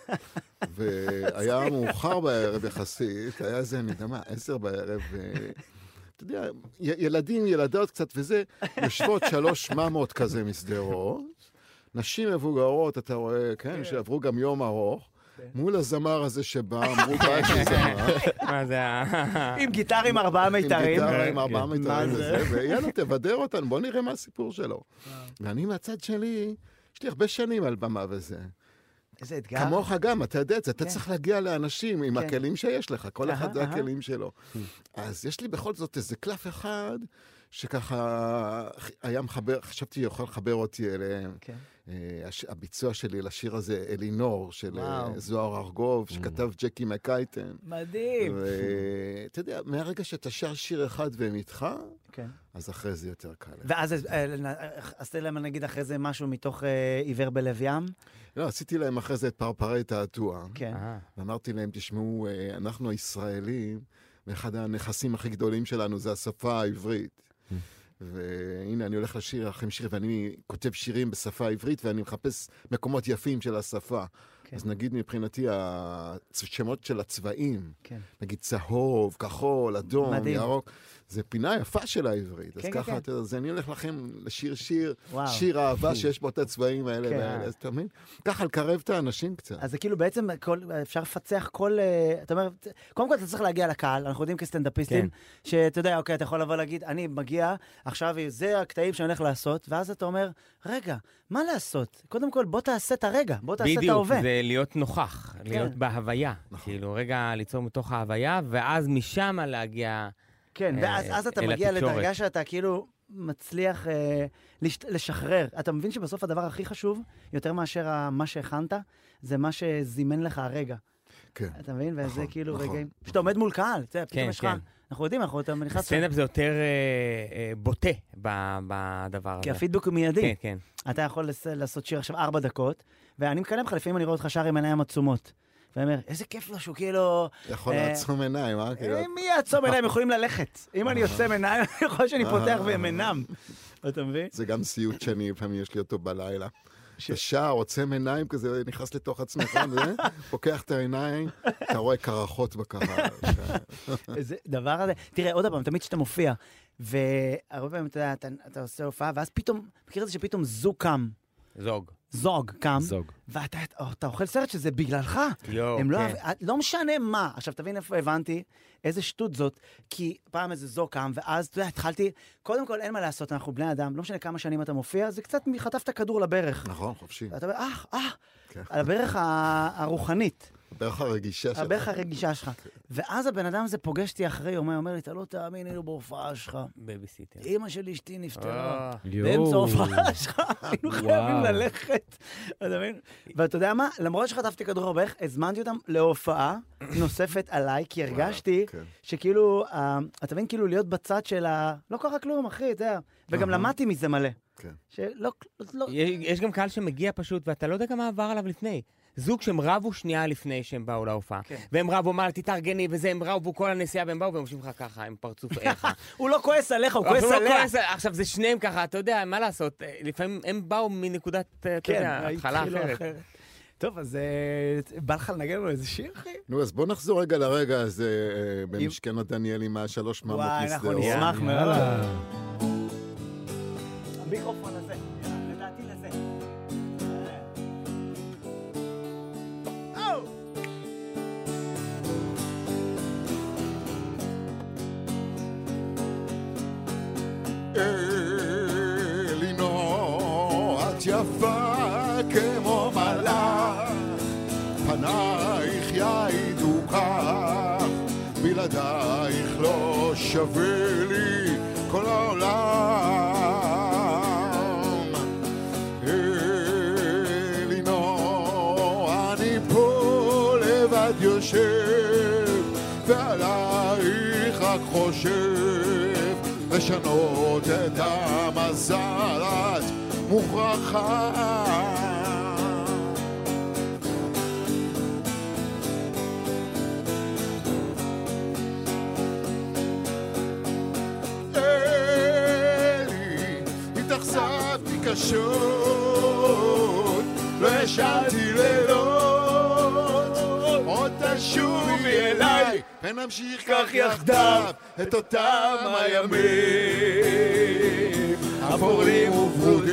והיה מאוחר בערב יחסית, היה זה, אני יודע מה, 10 בערב, אתה יודע, ילדים, ילדות קצת וזה, יושבות 3 ממות כזה מסדרות, נשים מבוגרות, אתה רואה, כן, שעברו גם יום ארוך, מול הזמר הזה שבא, אמרו בא שזמר. מה זה? עם גיטר עם 4 מיתרים. עם גיטר עם 4 מיתרים וזה, ויאללה, תבדר אותנו, בוא נראה מה הסיפור שלו. ואני מהצד שלי, יש לי הרבה שנים על במה וזה. איזה אתגר. כמוך גם, אתה יודע את זה, אתה צריך להגיע לאנשים עם הכלים שיש לך, כל אחד זה הכלים שלו. אז יש לי בכל זאת איזה קלף אחד, שככה היה מחבר, חשבתי יכול לחבר אותי אליהם. הביצוע שלי לשיר הזה, אלינור, של זוהר ארגוב, שכתב ג'קי מקייטן. מדהים. ואתה יודע, מהרגע שאתה שר שיר אחד והם איתך, אז אחרי זה יותר קל. ואז עשיתי להם, נגיד, אחרי זה משהו מתוך עיוור בלב ים? לא, עשיתי להם אחרי זה את פרפרי תעתוע. כן. ואמרתי להם, תשמעו, אנחנו הישראלים, ואחד הנכסים הכי גדולים שלנו זה השפה העברית. והנה, אני הולך לשיר לכם שיר, ואני כותב שירים בשפה העברית, ואני מחפש מקומות יפים של השפה. אז נגיד מבחינתי, השמות של הצבעים, נגיד צהוב, כחול, אדום, ירוק, זה פינה יפה של העברית. אז ככה, אז אני הולך לכם לשיר שיר אהבה שיש בו את הצבעים האלה, אז אתה מבין? ככה לקרב את האנשים קצת. אז זה כאילו בעצם אפשר לפצח כל, אתה אומר, קודם כל אתה צריך להגיע לקהל, אנחנו יודעים כסטנדאפיסטים, שאתה יודע, אוקיי, אתה יכול לבוא להגיד, אני מגיע, עכשיו זה הקטעים שאני הולך לעשות, ואז אתה אומר, רגע, מה לעשות? קודם כל, בוא תעשה את הרגע, בוא תעשה את ההווה. בדיוק, זה להיות נוכח, להיות בהוויה. כאילו, רגע ליצור מתוך ההוויה, ואז משם להגיע כן, ואז אתה מגיע לדרגה שאתה כאילו מצליח לשחרר. אתה מבין שבסוף הדבר הכי חשוב, יותר מאשר מה שהכנת, זה מה שזימן לך הרגע. כן. אתה מבין? וזה כאילו רגעים. שאתה עומד מול קהל, פתאום יש לך... אנחנו יודעים, אתה מניחת... סטנדאפ זה יותר בוטה בדבר הזה. כי הפידבק הוא מיידי. כן, כן. אתה יכול לעשות שיר עכשיו 4 דקות, ואני מקדם לך, לפעמים אני רואה אותך שר עם עיניים עצומות. ואומר, איזה כיף לו שהוא כאילו... יכול לעצום עיניים, מי יעצום עיניים? יכולים ללכת. אם אני עוצם עיניים, יכול שאני פותח והם אינם. אתה מבין? זה גם סיוט שאני, לפעמים יש לי אותו בלילה. ששר, עוצם עיניים כזה, נכנס לתוך עצמך, פוקח את העיניים, אתה רואה קרחות בקהל. איזה דבר הזה. תראה, עוד פעם, תמיד שאתה מופיע, והרבה פעמים אתה עושה הופעה, ואז פתאום, מכיר את זה שפתאום זוג קם. זוג קם, ואתה אוכל סרט שזה בגללך. לא משנה מה. עכשיו, תבין איפה הבנתי איזה שטות זאת, כי פעם איזה זוג קם, ואז, אתה יודע, התחלתי, קודם כל אין מה לעשות, אנחנו בני אדם, לא משנה כמה שנים אתה מופיע, זה קצת חטפת כדור לברך. נכון, חופשי. ואתה אומר, על הברך הרוחנית. הברך הרגישה שלך. הברך הרגישה שלך. ואז הבן אדם הזה פוגש אותי אחרי יומי, אומר לי, אתה לא תאמין, היינו בהופעה שלך. בייביסיטר. אמא של אשתי נפטרה. באמצע ההופעה שלך, היינו חייבים ללכת. אתה מבין? ואתה יודע מה? למרות שחטפתי כדור לברך, הזמנתי אותם להופעה נוספת עליי, כי הרגשתי שכאילו, אתה מבין, כאילו להיות בצד של לא קרה כלום, אחי, אתה יודע. וגם למדתי מזה מלא. יש גם קהל שמגיע פשוט, ואתה לא יודע כמה עבר עליו לפני. זוג שהם רבו שנייה לפני שהם באו להופעה. והם רבו, אמר, תתארגני, וזה, הם רבו כל הנסיעה, והם באו, והם חושבים לך ככה, הם פרצוף איך. הוא לא כועס עליך, הוא כועס עליה. עכשיו, זה שניהם ככה, אתה יודע, מה לעשות? לפעמים הם באו מנקודת, אתה יודע, התחלה אחרת. טוב, אז בא לך לנגן לו איזה שיר, אחי? נו, אז בוא נחזור רגע לרגע הזה במשכנות דניאל עם 3 ממות מסדרות. וואי, אנחנו נשמח מאוד. המיקרופון הזה, לדעתי לזה. אלינור, את יפה כמו מלאך, פנייך יעידו מוכרח, בלעדייך לא שווה לי כל העולם. אלינור, אני פה לבד יושב, ועלייך רק חושב, לשנות את המזל את מוכרחה. קשות, לא ישנתי לילות, עוד תשובי אליי ונמשיך כך יחדיו את אותם הימים אפורים ופרודים.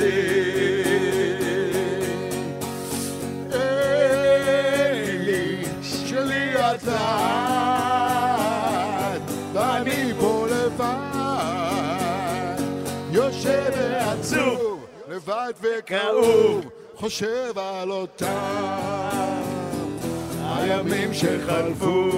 אלי שלי את ואני פה לבד יושב ועצוב לבד וכאוב, חושב על אותם הימים שחלפו.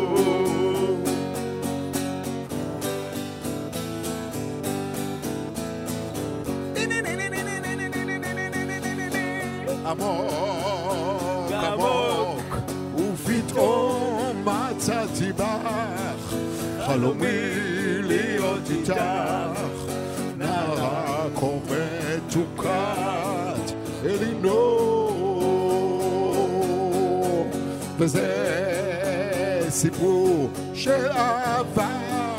עמוק עמוק ופתאום מצאתי בך חלומי להיות איתך, נערה קורמת תוקעת אלינור, וזה סיפור של אהבה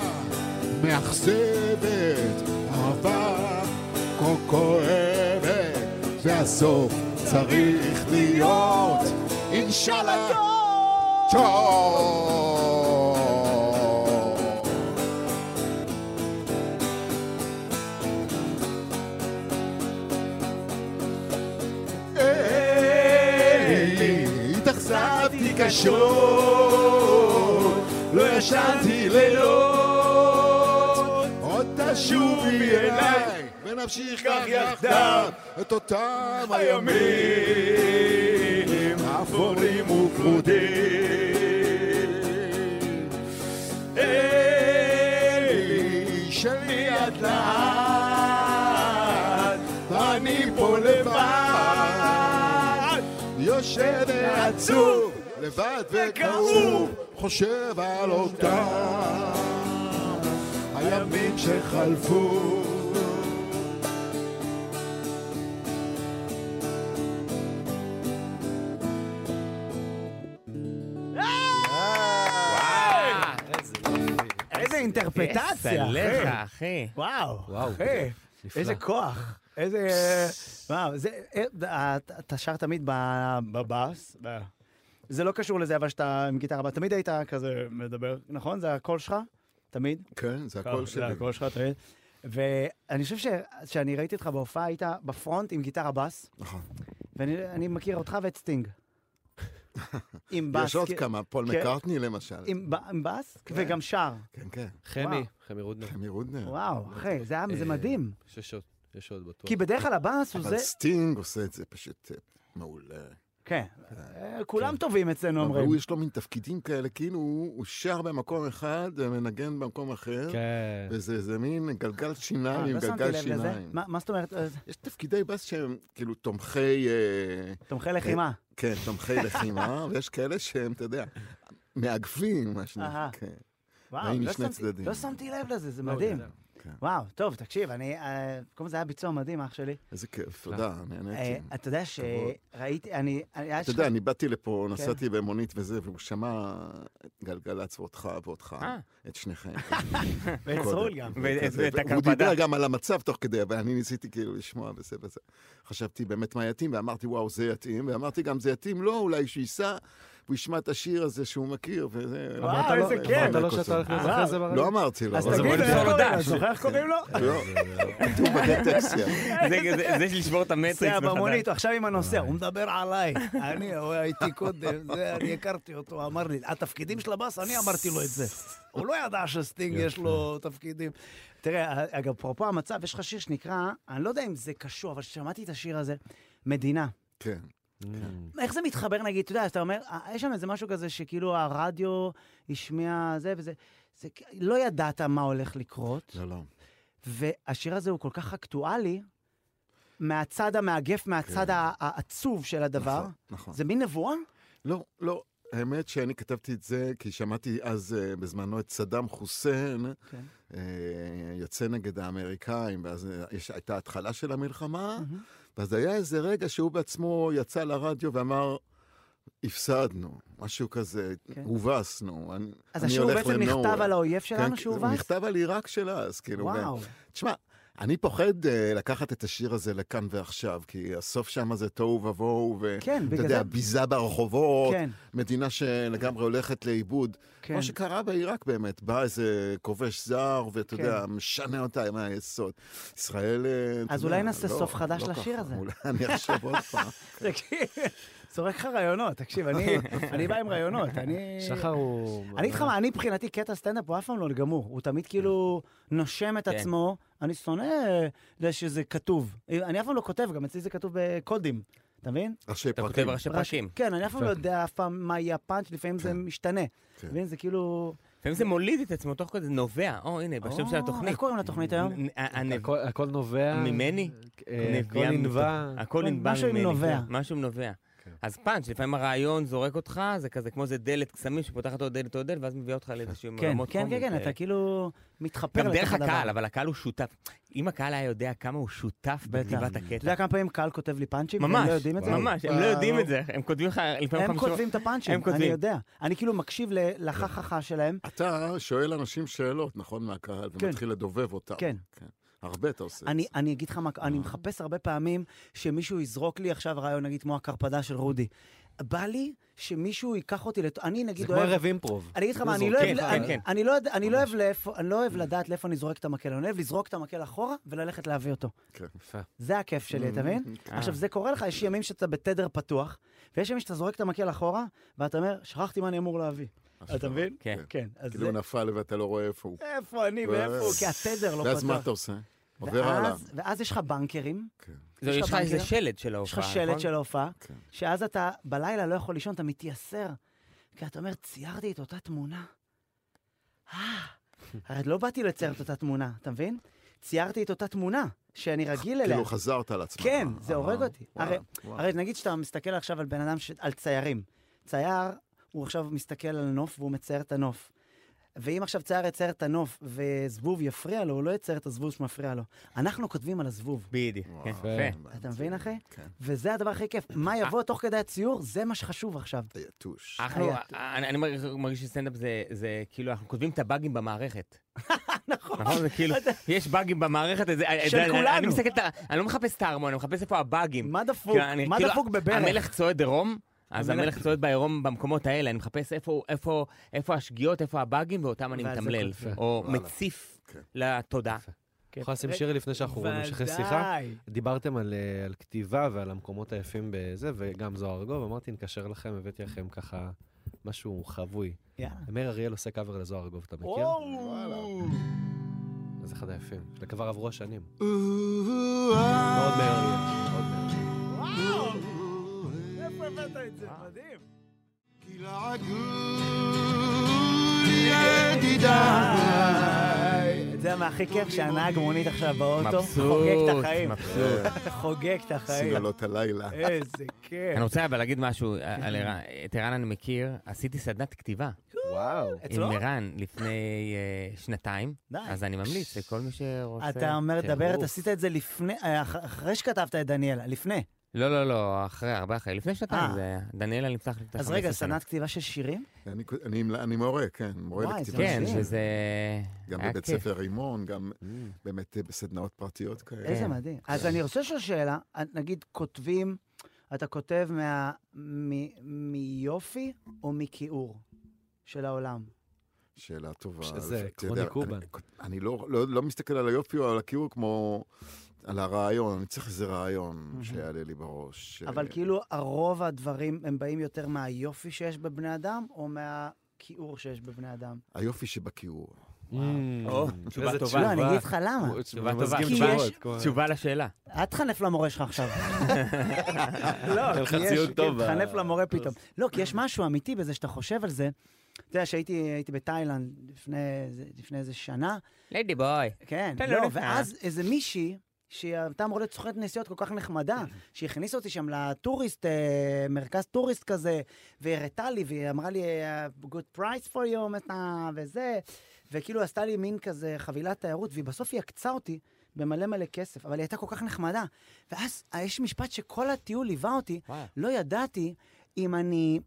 מאכזבת, אהבה כה כואבת, והסוף צריך להיות אינשאללה טוב. התאכזבתי קשות, לא ישנתי לילות, עוד תשובי אליי ונמשיך כך יחדיו את אותם הימים אפורים ופרודים. אלי שלי את לאט ואני פה לבד יושב ועצוב, לבד וכאוב, חושב על אותם הימים שחלפו. איזה אינטרפטציה, אחי. וואו, אחי, איזה כוח. איזה... וואו, אתה שר תמיד בבאס? זה לא קשור לזה, אבל שאתה עם גיטרה, אבל תמיד היית כזה מדבר, נכון? זה הקול שלך? תמיד? כן, זה הקול שלי. זה הקול שלך תמיד. ואני חושב שאני ראיתי אותך בהופעה, היית בפרונט עם גיטרה באס. נכון. ואני מכיר אותך ואת סטינג. עם באס. יש עוד כמה, פול מקארטני למשל. עם באס וגם שר. כן, כן. חמי רודנר. חמי רודנר. וואו, אחי, זה מדהים. יש עוד בטוח. כי בדרך כלל הבאס הוא זה... אבל סטינג עושה את זה פשוט מעולה. כן, כולם טובים אצלנו אומרים. אבל הוא יש לו מין תפקידים כאלה, כאילו הוא שר במקום אחד ומנגן במקום אחר, וזה מין גלגל שיניים עם גלגל שיניים. מה זאת אומרת? יש תפקידי בס שהם כאילו תומכי... תומכי לחימה. כן, תומכי לחימה, ויש כאלה שהם, אתה יודע, מאגפים, מה שנקרא. וואו, לא שמתי לב לזה, זה מדהים. וואו, טוב, תקשיב, קודם זה היה ביצוע מדהים, אח שלי. איזה כיף, תודה, נהניתי. אתה יודע שראיתי, אתה יודע, אני באתי לפה, נסעתי במונית וזה, והוא שמע גלגלצ ואותך, את שניכם. ואת סרול גם. הוא דיבר גם על המצב תוך כדי, אבל אני ניסיתי כאילו לשמוע וזה וזה. חשבתי באמת מה יתאים, ואמרתי, וואו, זה יתאים, ואמרתי גם, זה יתאים, לא, אולי שייסע, הוא ישמע את השיר הזה שהוא מכיר, וזה... וואו, איזה כיף. אמרת לו שאתה הולך לזכר זה ברדיו? לא אמרתי לו. אז תגיד, זוכר איך קוראים לו? לא, הוא בדטקסיה. זה לשבור את המטריקס. זה במונית, עכשיו עם הנוסע, הוא מדבר עליי. אני הייתי קודם, אני הכרתי אותו, אמר לי, התפקידים של הבאס, אני אמרתי לו את זה. הוא לא ידע שסטינג יש לו תפקידים. תראה, אגב, פרופו המצב, יש לך שיר שנקרא, אני לא יודע אם זה קשור, אבל שמעתי את השיר הזה, מדינה. כן. איך זה מתחבר, נגיד, אתה יודע, אתה אומר, יש שם איזה משהו כזה שכאילו הרדיו השמיע זה וזה, לא ידעת מה הולך לקרות. לא. והשיר הזה הוא כל כך אקטואלי, מהצד המאגף, מהצד העצוב של הדבר. נכון. זה מין נבואה? לא. האמת שאני כתבתי את זה, כי שמעתי אז בזמנו את סדאם חוסיין, יוצא נגד האמריקאים, ואז הייתה התחלה של המלחמה, ואז היה איזה רגע שהוא בעצמו יצא לרדיו ואמר, הפסדנו, משהו כזה, הובסנו. אז השיר בעצם נכתב על האויב שלנו שהוא הובס? הוא נכתב על עיראק של אז, כאילו. וואו. תשמע, אני פוחד לקחת את השיר הזה לכאן ועכשיו, כי הסוף שם זה תוהו ובוהו, ואתה יודע, ביזה ברחובות, מדינה שלגמרי הולכת לאיבוד. כמו שקרה בעיראק באמת, בא איזה כובש זר, ואתה יודע, משנה אותה עם היסוד. ישראל... אז אולי נעשה סוף חדש לשיר הזה. אולי אני אחשוב עוד פעם. צורק לך רעיונות, תקשיב, אני בא עם רעיונות, שחר הוא... אני איתך מה, אני מבחינתי קטע סטנדאפ הוא אף פעם לא גמור, הוא תמיד כאילו נושם את עצמו, אני שונא שזה כתוב, אני אף פעם לא כותב, גם אצלי זה כתוב בקודים, אתה מבין? ראשי פרקים. אתה כותב ראשי פרקים. כן, אני אף פעם לא יודע אף פעם מה יהיה הפאנץ', לפעמים זה משתנה, אתה מבין? זה כאילו... לפעמים זה מוליד את עצמו תוך כזה, נובע, הנה, בשם של התוכנית. איך קוראים לתוכנית היום? הכל נובע. ממני? הכל ננבע. הכל ננבע ממני. משהו עם נובע. משהו עם נובע. אז פאנץ', לפעמים הרעיון זורק אותך, זה כזה כמו זה דלת קסמים שפותחת עוד דלת, ואז מביא אותך לאיזשהו רמות קומית. כן, אתה כאילו מתחפר גם דרך הקהל, אבל הקהל הוא שותף. אם הקהל היה יודע כמה הוא שותף בכתיבת הקטע. אתה יודע כמה פעמים קהל כותב לי פאנצ'ים? ממש, הם לא יודעים את זה? ממש, הם לא יודעים את זה. הם כותבים לך לפעמים הם כותבים את הפאנצ'ים, אני יודע. אני כאילו מקשיב לחככה שלהם. אתה שואל אנשים שאלות, נכון, מהקהל, ומתחיל לדובב אותם. כן. הרבה אתה עושה. אני אגיד לך מה, אני מחפש הרבה פעמים שמישהו יזרוק לי עכשיו רעיון, נגיד כמו הקרפדה של רודי. בא לי שמישהו ייקח אותי, אני נגיד אוהב... זה כמו ערב אימפרוב. אני אגיד לך מה, אני לא אוהב לדעת לאיפה אני זורק את המקל, אני אוהב לזרוק את המקל אחורה וללכת להביא אותו. זה הכיף שלי, אתה מבין? עכשיו, זה קורה לך, יש ימים שאתה בתדר פתוח, ויש ימים שאתה זורק את המקל אחורה, ואתה אומר, שכחתי מה אני אמור להביא. אתה מבין? כן. כאילו נפל ואתה לא רואה איפה הוא. איפה אני ואיפה הוא, כי התדר לא פתוח. ואז מה אתה עושה? עובר הלאה. ואז יש לך בנקרים. יש לך איזה שלד של ההופעה. יש לך שלד של ההופעה, שאז אתה בלילה לא יכול לישון, אתה מתייסר. כי אתה אומר, ציירתי את אותה תמונה. הרי לא באתי לצייר את אותה תמונה, אתה מבין? ציירתי את אותה תמונה, שאני רגיל אליה. כאילו חזרת על עצמך. כן, זה הורג אותי. הרי נגיד שאתה מסתכל עכשיו על בן אדם, על ציירים. צייר, הוא עכשיו מסתכל על הנוף, והוא מצייר את הנוף. ואם עכשיו צייר יצייר את הנוף וזבוב יפריע לו, הוא לא יצייר את הזבוב שמפריע לו. אנחנו כותבים על הזבוב. בדיוק. אתה מבין, אחי? וזה הדבר הכי כיף. מה יבוא תוך כדי הציור, זה מה שחשוב עכשיו. היתוש. אני מרגיש שסטנדאפ זה כאילו, אנחנו כותבים את הבאגים במערכת. נכון. זה כאילו, יש באגים במערכת. של כולנו. אני לא מחפש את ההרמון, אני מחפש איפה הבאגים. מה דפוק? מה דפוק בברך? המלך צועד עירום. אז המלך צועד בעירום במקומות האלה, אני מחפש איפה השגיאות, איפה הבאגים, ואותם אני מתמלל, או מציף לתודעה. יכול לשים שירי לפני שאנחנו נמשיך שיחה. דיברתם על כתיבה ועל המקומות היפים בזה, וגם זוהר ארגוב, אמרתי, נקשר לכם, הבאתי לכם ככה משהו חבוי. אמיר אריאל עושה קאבר לזוהר ארגוב, אתה מכיר? זה אחד היפים, וכבר עברו השנים. מאוד מאיר אריאל, מאוד מאיר. וואו! איפה הבאת את זה? מדהים. כי לעגול ידידיי. זה מה הכי כיף שהנהג מונית עכשיו באוטו, חוגג את החיים. חוגג את החיים. סגלות הלילה. איזה כיף. אני רוצה אבל להגיד משהו, את ערן אני מכיר, עשיתי סדנת כתיבה. וואו. עם ערן לפני 2 אז אני ממליץ לכל מי שרוצה. אתה אומר, דברת, עשית את זה לפני, אחרי שכתבת את דניאלה, לפני. לא, אחרי, הרבה אחרי. לפני 2 זה דניאלה נפתח לי את 15 אז רגע, סדנת כתיבה של שירים? אני מורה, כן, מורה לכתיבה. כן, שזה... גם בבית ספר רימון, גם באמת בסדנאות פרטיות כאלה. איזה מדהים. אז אני רוצה לשאול שאלה, נגיד כותבים, אתה כותב מיופי או מכיעור של העולם? שאלה טובה. זה קרוני קובן. אני לא מסתכל על היופי או על הכיעור כמו... על הרעיון, אני צריך איזה רעיון שיעלה לי בראש. אבל כאילו הרוב הדברים הם באים יותר מהיופי שיש בבני אדם, או מהכיעור שיש בבני אדם? היופי שבכיעור. תשובה טובה. לא, אני אגיד לך למה. תשובה טובה. תשובה לשאלה. אל תחנף למורה שלך עכשיו. לא, תחנף למורה פתאום. לא, כי יש משהו אמיתי בזה שאתה חושב על זה. אתה יודע שהייתי בתאילנד לפני איזה שנה. ליידי בוי. כן, לא, ואז איזה מישהי, שהייתה אמורה להיות סוכנת נסיעות כל כך נחמדה, שהכניס אותי שם לטוריסט, מרכז טוריסט כזה, והראתה לי, והיא אמרה לי, good price for you, וזה, וכאילו עשתה לי מין כזה חבילת תיירות, ובסוף היא הקצה אותי במלא מלא כסף, אבל היא הייתה כל כך נחמדה. ואז יש משפט שכל הטיול ליווה אותי, לא ידעתי אם אני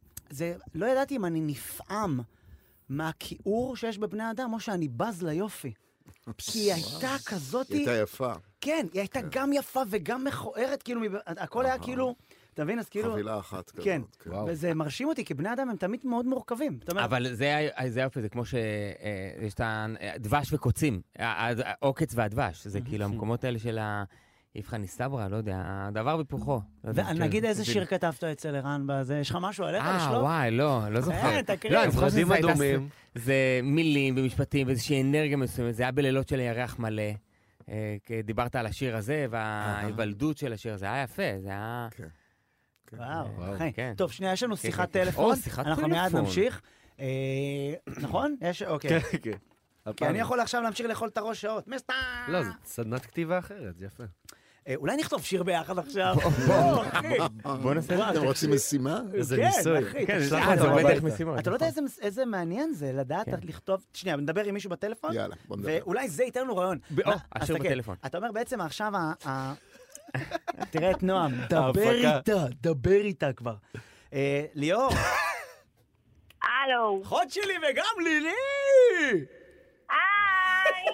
נפעם מהכיעור שיש בבני אדם, או שאני בז ליופי. כי היא הייתה כזאת... היא הייתה יפה. כן, היא הייתה גם יפה וגם מכוערת, כאילו, הכל היה כאילו... אתה מבין, אז כאילו... חבילה אחת כזאת. כן, וזה מרשים אותי, כי בני אדם הם תמיד מאוד מורכבים. אבל זה יופי, זה כמו שיש את הדבש וקוצים, העוקץ והדבש, זה כאילו המקומות האלה של איפכא מסתברא, לא יודע, הדבר בפוחו. נגיד איזה שיר כתבת אצל ערן בזה, יש לך משהו עליך לשלוף? וואי, לא זוכר. לא, אני זוכר שזה הייתה... זה מילים ומשפטים, ואיזושהי אנרגיה מסוימת, זה היה בלילות של ירח מלא. דיברת על השיר הזה, וההיוולדות של השיר הזה, היה יפה, זה היה... וואו, טוב, שנייה, יש לנו שיחת טלפון, אנחנו מיד נמשיך. נכון? אוקיי. כי אני יכול עכשיו להמשיך לאכול את הראש שעות. לא, זה סדנת כתיבה אחרת, זה יפה. אולי נכתוב שיר ביחד עכשיו. בוא נעשה. אתם רוצים משימה? זה ניסוי. כן, זה עובד דרך משימות. אתה לא יודע איזה מעניין זה, לדעת לכתוב... שנייה, נדבר עם מישהו בטלפון? יאללה, בוא נדבר. ואולי זה ייתן לנו רעיון. השיר בטלפון. אתה אומר בעצם עכשיו... תראה את נועם, דבר איתה כבר. ליאור. הלו. חוד שלי וגם לילי! היי!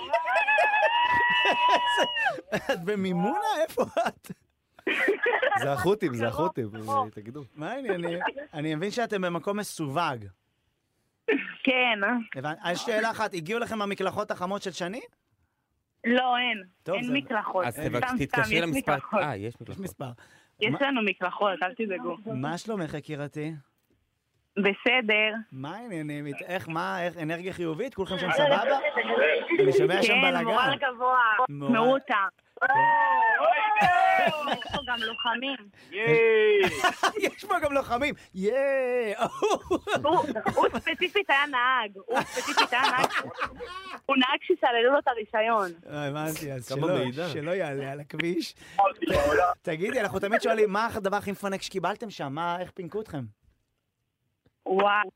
את במימונה? איפה את? זה החות'ים, תגידו. מה העניין? אני מבין שאתם במקום מסווג. כן. יש שאלה אחת, הגיעו לכם המקלחות החמות של שני? לא, אין מקלחות. אז תתקשרי למספר. יש מספר. יש לנו מקלחות, אל תדאגו. מה שלומך, יקירתי? בסדר. מה העניינים? איך, אנרגיה חיובית? כולכם שם סבבה? אני שומע שם בלגן. כן, מורל גבוה. מעוטה. יש פה גם לוחמים. יש פה גם לוחמים. הוא ספציפית היה נהג. הוא נהג שסללו לו את הרישיון. הבנתי, אז שלא יעלה על הכביש. תגידי, אנחנו תמיד שואלים, מה הדבר הכי מפנק שקיבלתם שם? איך פינקו אתכם? וואו,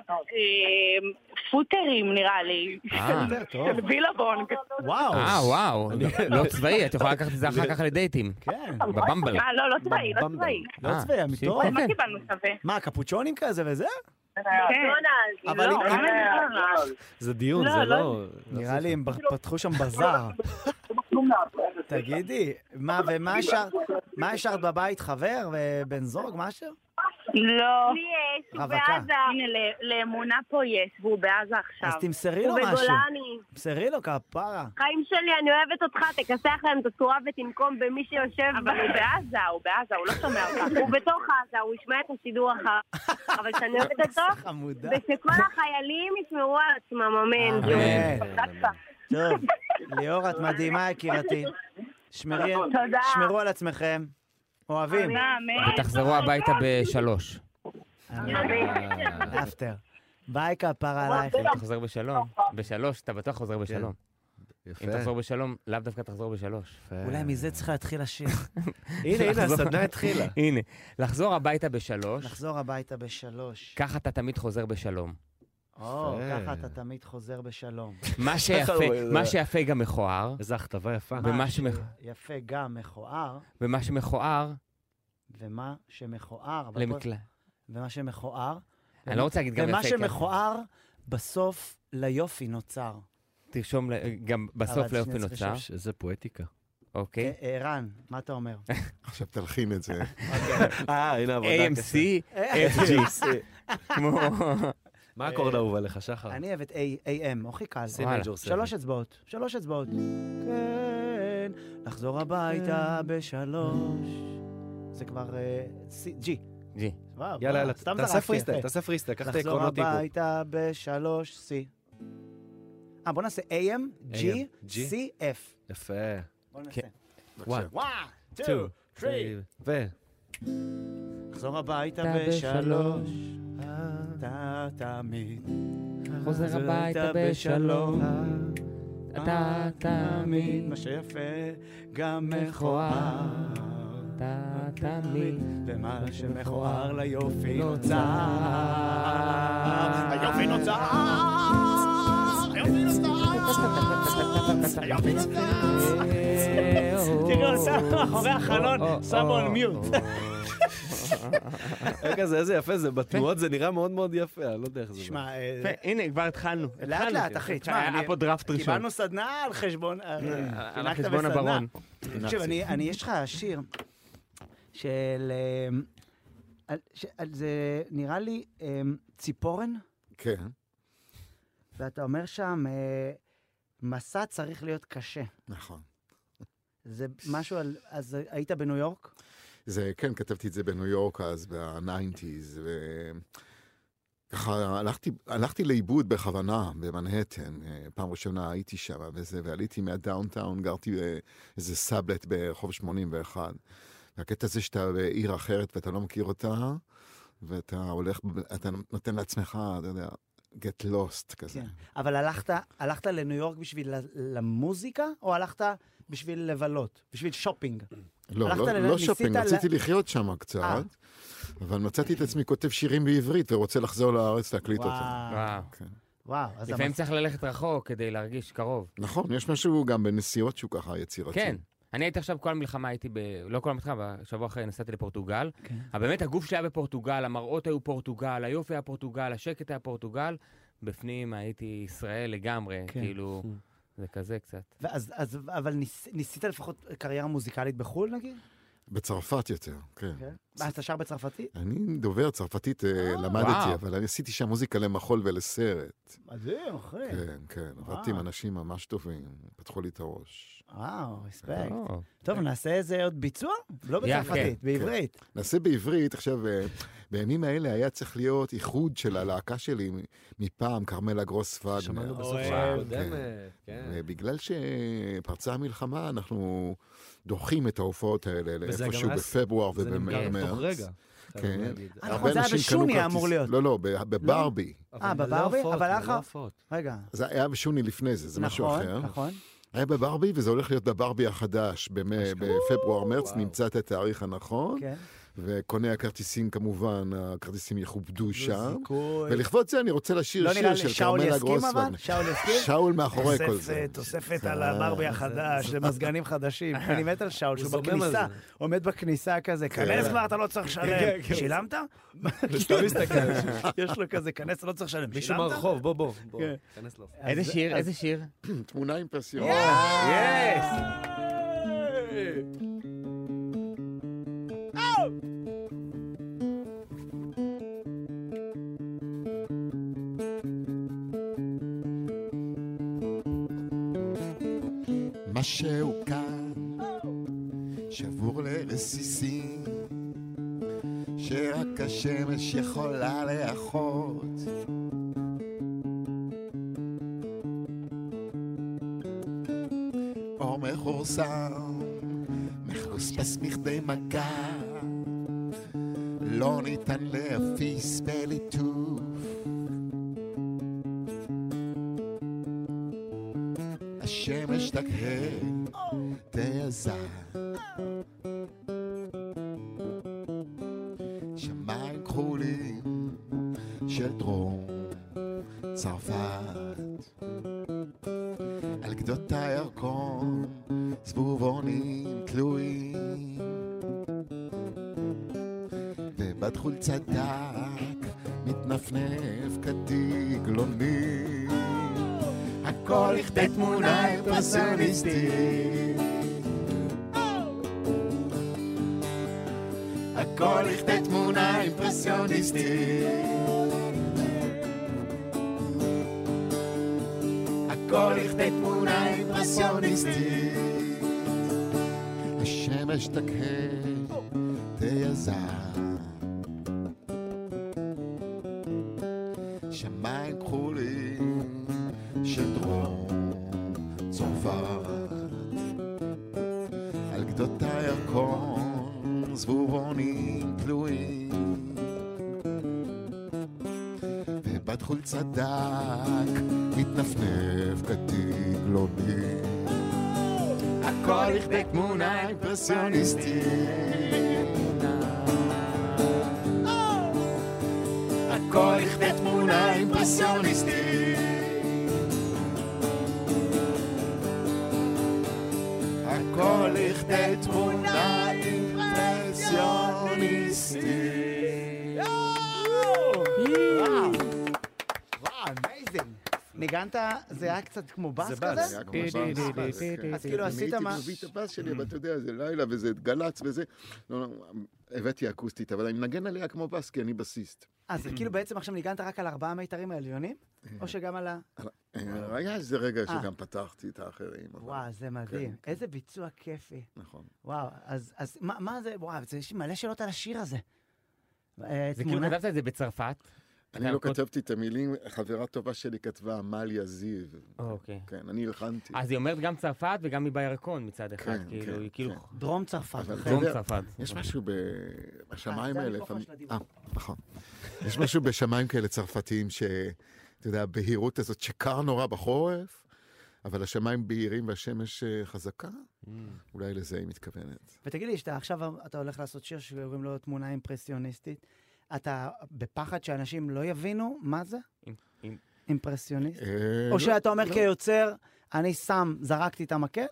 פוטרים נראה לי, של בילבונג. וואו, לא צבאי, את יכולה לקחת את זה אחר כך לדייטים. כן. בבמבל. לא צבאי. לא צבאי, אמיתו? מה קיבלנו שווה? מה, קפוצ'ונים כזה וזה? כן. אבל זה דיון, זה לא... נראה לי הם פתחו שם בזאר. תגידי, מה השארת בבית, חבר ובן זוג, משהו? לא. לי יש, הוא בעזה. הנה, לאמונה פה יש, והוא בעזה עכשיו. אז תמסרי לו משהו. הוא בגולני. תמסרי לו כפרה. חיים שלי, אני אוהבת אותך, תכסח להם את הצורה ותנקום במי שיושב. אבל הוא בעזה, הוא לא שומע אותך. הוא בתוך עזה, הוא ישמע את השידור אחר. אבל שאני אוהבת אותו, ושכל החיילים ישמעו על עצמם, אמן. טוב, ליאור, את מדהימה, יקירתי. שמרו על עצמכם. אוהבים. ותחזרו הביתה ב3. אפטר. ביי כפרה עלייך. אם תחזור בשלום. ב3, אתה בטוח חוזר בשלום. אם תחזור בשלום, לאו דווקא תחזור ב3. אולי מזה צריך להתחיל לשיר. הנה, הסדנה התחילה. הנה, לחזור הביתה ב3. לחזור הביתה ב3. ככה אתה תמיד חוזר בשלום. ככה אתה תמיד חוזר בשלום. מה שיפה גם מכוער. איזו הכתבה יפה. יפה גם מכוער. ומה שמכוער. ומה שמכוער. ומה שמכוער. אני לא רוצה להגיד גם יפה. ומה שמכוער בסוף ליופי נוצר. תרשום גם בסוף ליופי נוצר. איזה פואטיקה. אוקיי. ערן, מה אתה אומר? עכשיו תלחין את זה. הנה עבודה קשה. AMC, FG. כמו... מה הקורד האהוב עליך, שחר? אני אוהב את AM, הכי קל. 3 אצבעות. כן, לחזור הביתה ב3. זה כבר G. יאללה, תעשה פריסטייל, קח את העקרונות טיפו. לחזור הביתה ב3, C. בוא נעשה AM, G, C, F. יפה. בוא נעשה. 1, 2, 3, ו... חזור הביתה בשלוש, אתה תמיד. חוזר הביתה בשלום, אתה תמיד. מה שיפה, גם מכוער. אתה תמיד. ומה שמכוער ליופי נוצר. היופי נוצר! היופי נוצר! היופי נוצר! תראו, שם אחורי החלון, שמו על מיוט. רגע, איזה יפה זה, בתנועות זה נראה מאוד מאוד יפה, אני לא יודע איך זה. תשמע, הנה, כבר התחלנו. לאט לאט, אחי, תשמע, היה פה דראפט ראשון. קיבלנו סדנה על חשבון, על חשבון הברון. תקשיב, יש לך שיר של, זה נראה לי ציפורן? כן. ואתה אומר שם, מסע צריך להיות קשה. נכון. זה משהו על... אז היית בניו יורק? זה, כן, כתבתי את זה בניו יורק אז, ב-90s, וככה הלכתי לאיבוד בכוונה במנהטן. פעם ראשונה הייתי שם וזה, ועליתי מהדאונטאון, גרתי באיזה סאבלט ברחוב 81. והקטע הזה שאתה בעיר אחרת ואתה לא מכיר אותה, ואתה הולך, אתה נותן לעצמך, אתה יודע, get lost כזה. כן. אבל הלכת לניו יורק בשביל למוזיקה, או הלכת בשביל לבלות, בשביל שופינג? לא שופינג, רציתי לחיות שם קצת, אבל מצאתי את עצמי כותב שירים בעברית, ורוצה לחזור לארץ להקליט אותם. וואו. לפעמים צריך ללכת רחוק כדי להרגיש קרוב. נכון, יש משהו גם בנסיעות שהוא ככה יצירתי. כן. אני הייתי עכשיו, כל המלחמה הייתי לא כל המלחמה, בשבוע אחרי נסעתי לפורטוגל. אבל באמת הגוף שהיה בפורטוגל, המראות היו פורטוגל, היופי היה פורטוגל, השקט היה פורטוגל. בפנים הייתי ישראל לגמרי, כאילו, זה כזה קצת. אבל ניסית לפחות קריירה מוזיקלית בחו"ל נגיד? בצרפת יותר, כן. מה, אתה שר בצרפתית? אני דובר צרפתית, למדתי, אבל אני עשיתי שם מוזיקה למחול ולסרט. מדהים, אחי. כן, עבדתי עם אנשים ממש טובים, פתחו לי את הראש. וואו, רספקט. טוב, נעשה איזה עוד ביצוע? לא בצרפתית, בעברית. נעשה בעברית, עכשיו, בימים האלה היה צריך להיות איחוד של הלהקה שלי מפעם, קרמלה גרוס וגנר. שמענו בסוף שעה קודמת, כן. ובגלל שפרצה המלחמה, אנחנו דוחים את ההופעות האלה לאיפשהו בפברואר ובמרץ. תוך רגע. כן. נכון, זה היה בשוני אמור להיות. לא, בברבי. בברבי? אבל אחר... רגע. זה היה בשוני לפני זה, זה משהו אחר. נכון. היה בברבי, וזה הולך להיות בברבי החדש. בפברואר-מרץ נמצא את התאריך הנכון. כן. וקוני הכרטיסים כמובן, הכרטיסים יכובדו שם. ולכבוד זה אני רוצה לשיר שיר של קרמלה גרוסווגנר. לא נראה לי שאול יסכים, אבל? שאול מאחורי כל זה. תוספת על הברבי החדש, למזגנים חדשים. אני מת על שאול, שהוא בכניסה, עומד בכניסה כזה, כנס כבר, אתה לא צריך לשלם. שילמת? סתם מסתכל. יש לו כזה, כנס, אתה לא צריך לשלם. מישהו מהרחוב, בוא. כנס לו. איזה שיר? תמונה אימפרסיונית. יס! משהו כאן שבור לרסיסים שרק השמש יכולה לאחות אור מחורסם מחוספס מכדי מגע לא ניתן להפיס בליטוף השמש תקהה תעזה שמיים כחולים של דרום צרפת על גדות הירקון זבובונים תלויים ובת חולצה דק מתנפנף כדגלוני הכל לכדי תמונה אימפרסיוניסטית הכל לכדי תמונה אימפרסיוניסטית הכל לכדי תמונה אימפרסיוניסטית השמש תקהה תעזה שמיים כחולים של דרום זבובונים תלויים ובת חולצה דק מתנפנף כתגלוני הכל לכדי תמונה אימפרסיוניסטית הכל לכדי תמונה אימפרסיוניסטית הכל לכדי תמונה אימפרסיוניסטית. וואו, אמייזינג. ניגנת, זה היה קצת כמו בס כזה? זה היה כמו בס. אז כאילו עשית מה? אני הייתי מביא את הבס שלי, אבל אתה יודע, זה לילה וזה גלץ וזה. לא, הבאתי אקוסטית, אבל אני מנגן עליה כמו בס, כי אני בסיסט. אז כאילו בעצם עכשיו ניגנת רק על 4 מיתרים העליונים? או שגם על ה... היה איזה רגע שגם פתחתי את האחרים. וואו, זה מדהים. איזה ביצוע כיפי. נכון. וואו, אז מה זה, וואו, יש לי מלא שאלות על השיר הזה. זה כאילו כתבת את זה בצרפת? אני לא כתבתי את המילים, חברה טובה שלי כתבה עמליה זיו. אוקיי. כן, אני הלחנתי. אז היא אומרת גם צרפת וגם מביירקון מצד אחד. כאילו... דרום צרפת. דרום צרפת. יש משהו בשמיים האלה. נכון. יש משהו בשמיים כאלה צרפתיים אתה יודע, בהירות הזאת שקר נורא בחורף, אבל השמיים בהירים והשמש חזקה. אולי לזה היא מתכוונת. ותגיד לי, עכשיו אתה הולך לעשות שיר שקוראים לו תמונה אימפרסיוניסטית, אתה בפחד שאנשים לא יבינו מה זה? אימפרסיוניסט? או שאתה אומר כיוצר, אני זרקתי את המקל,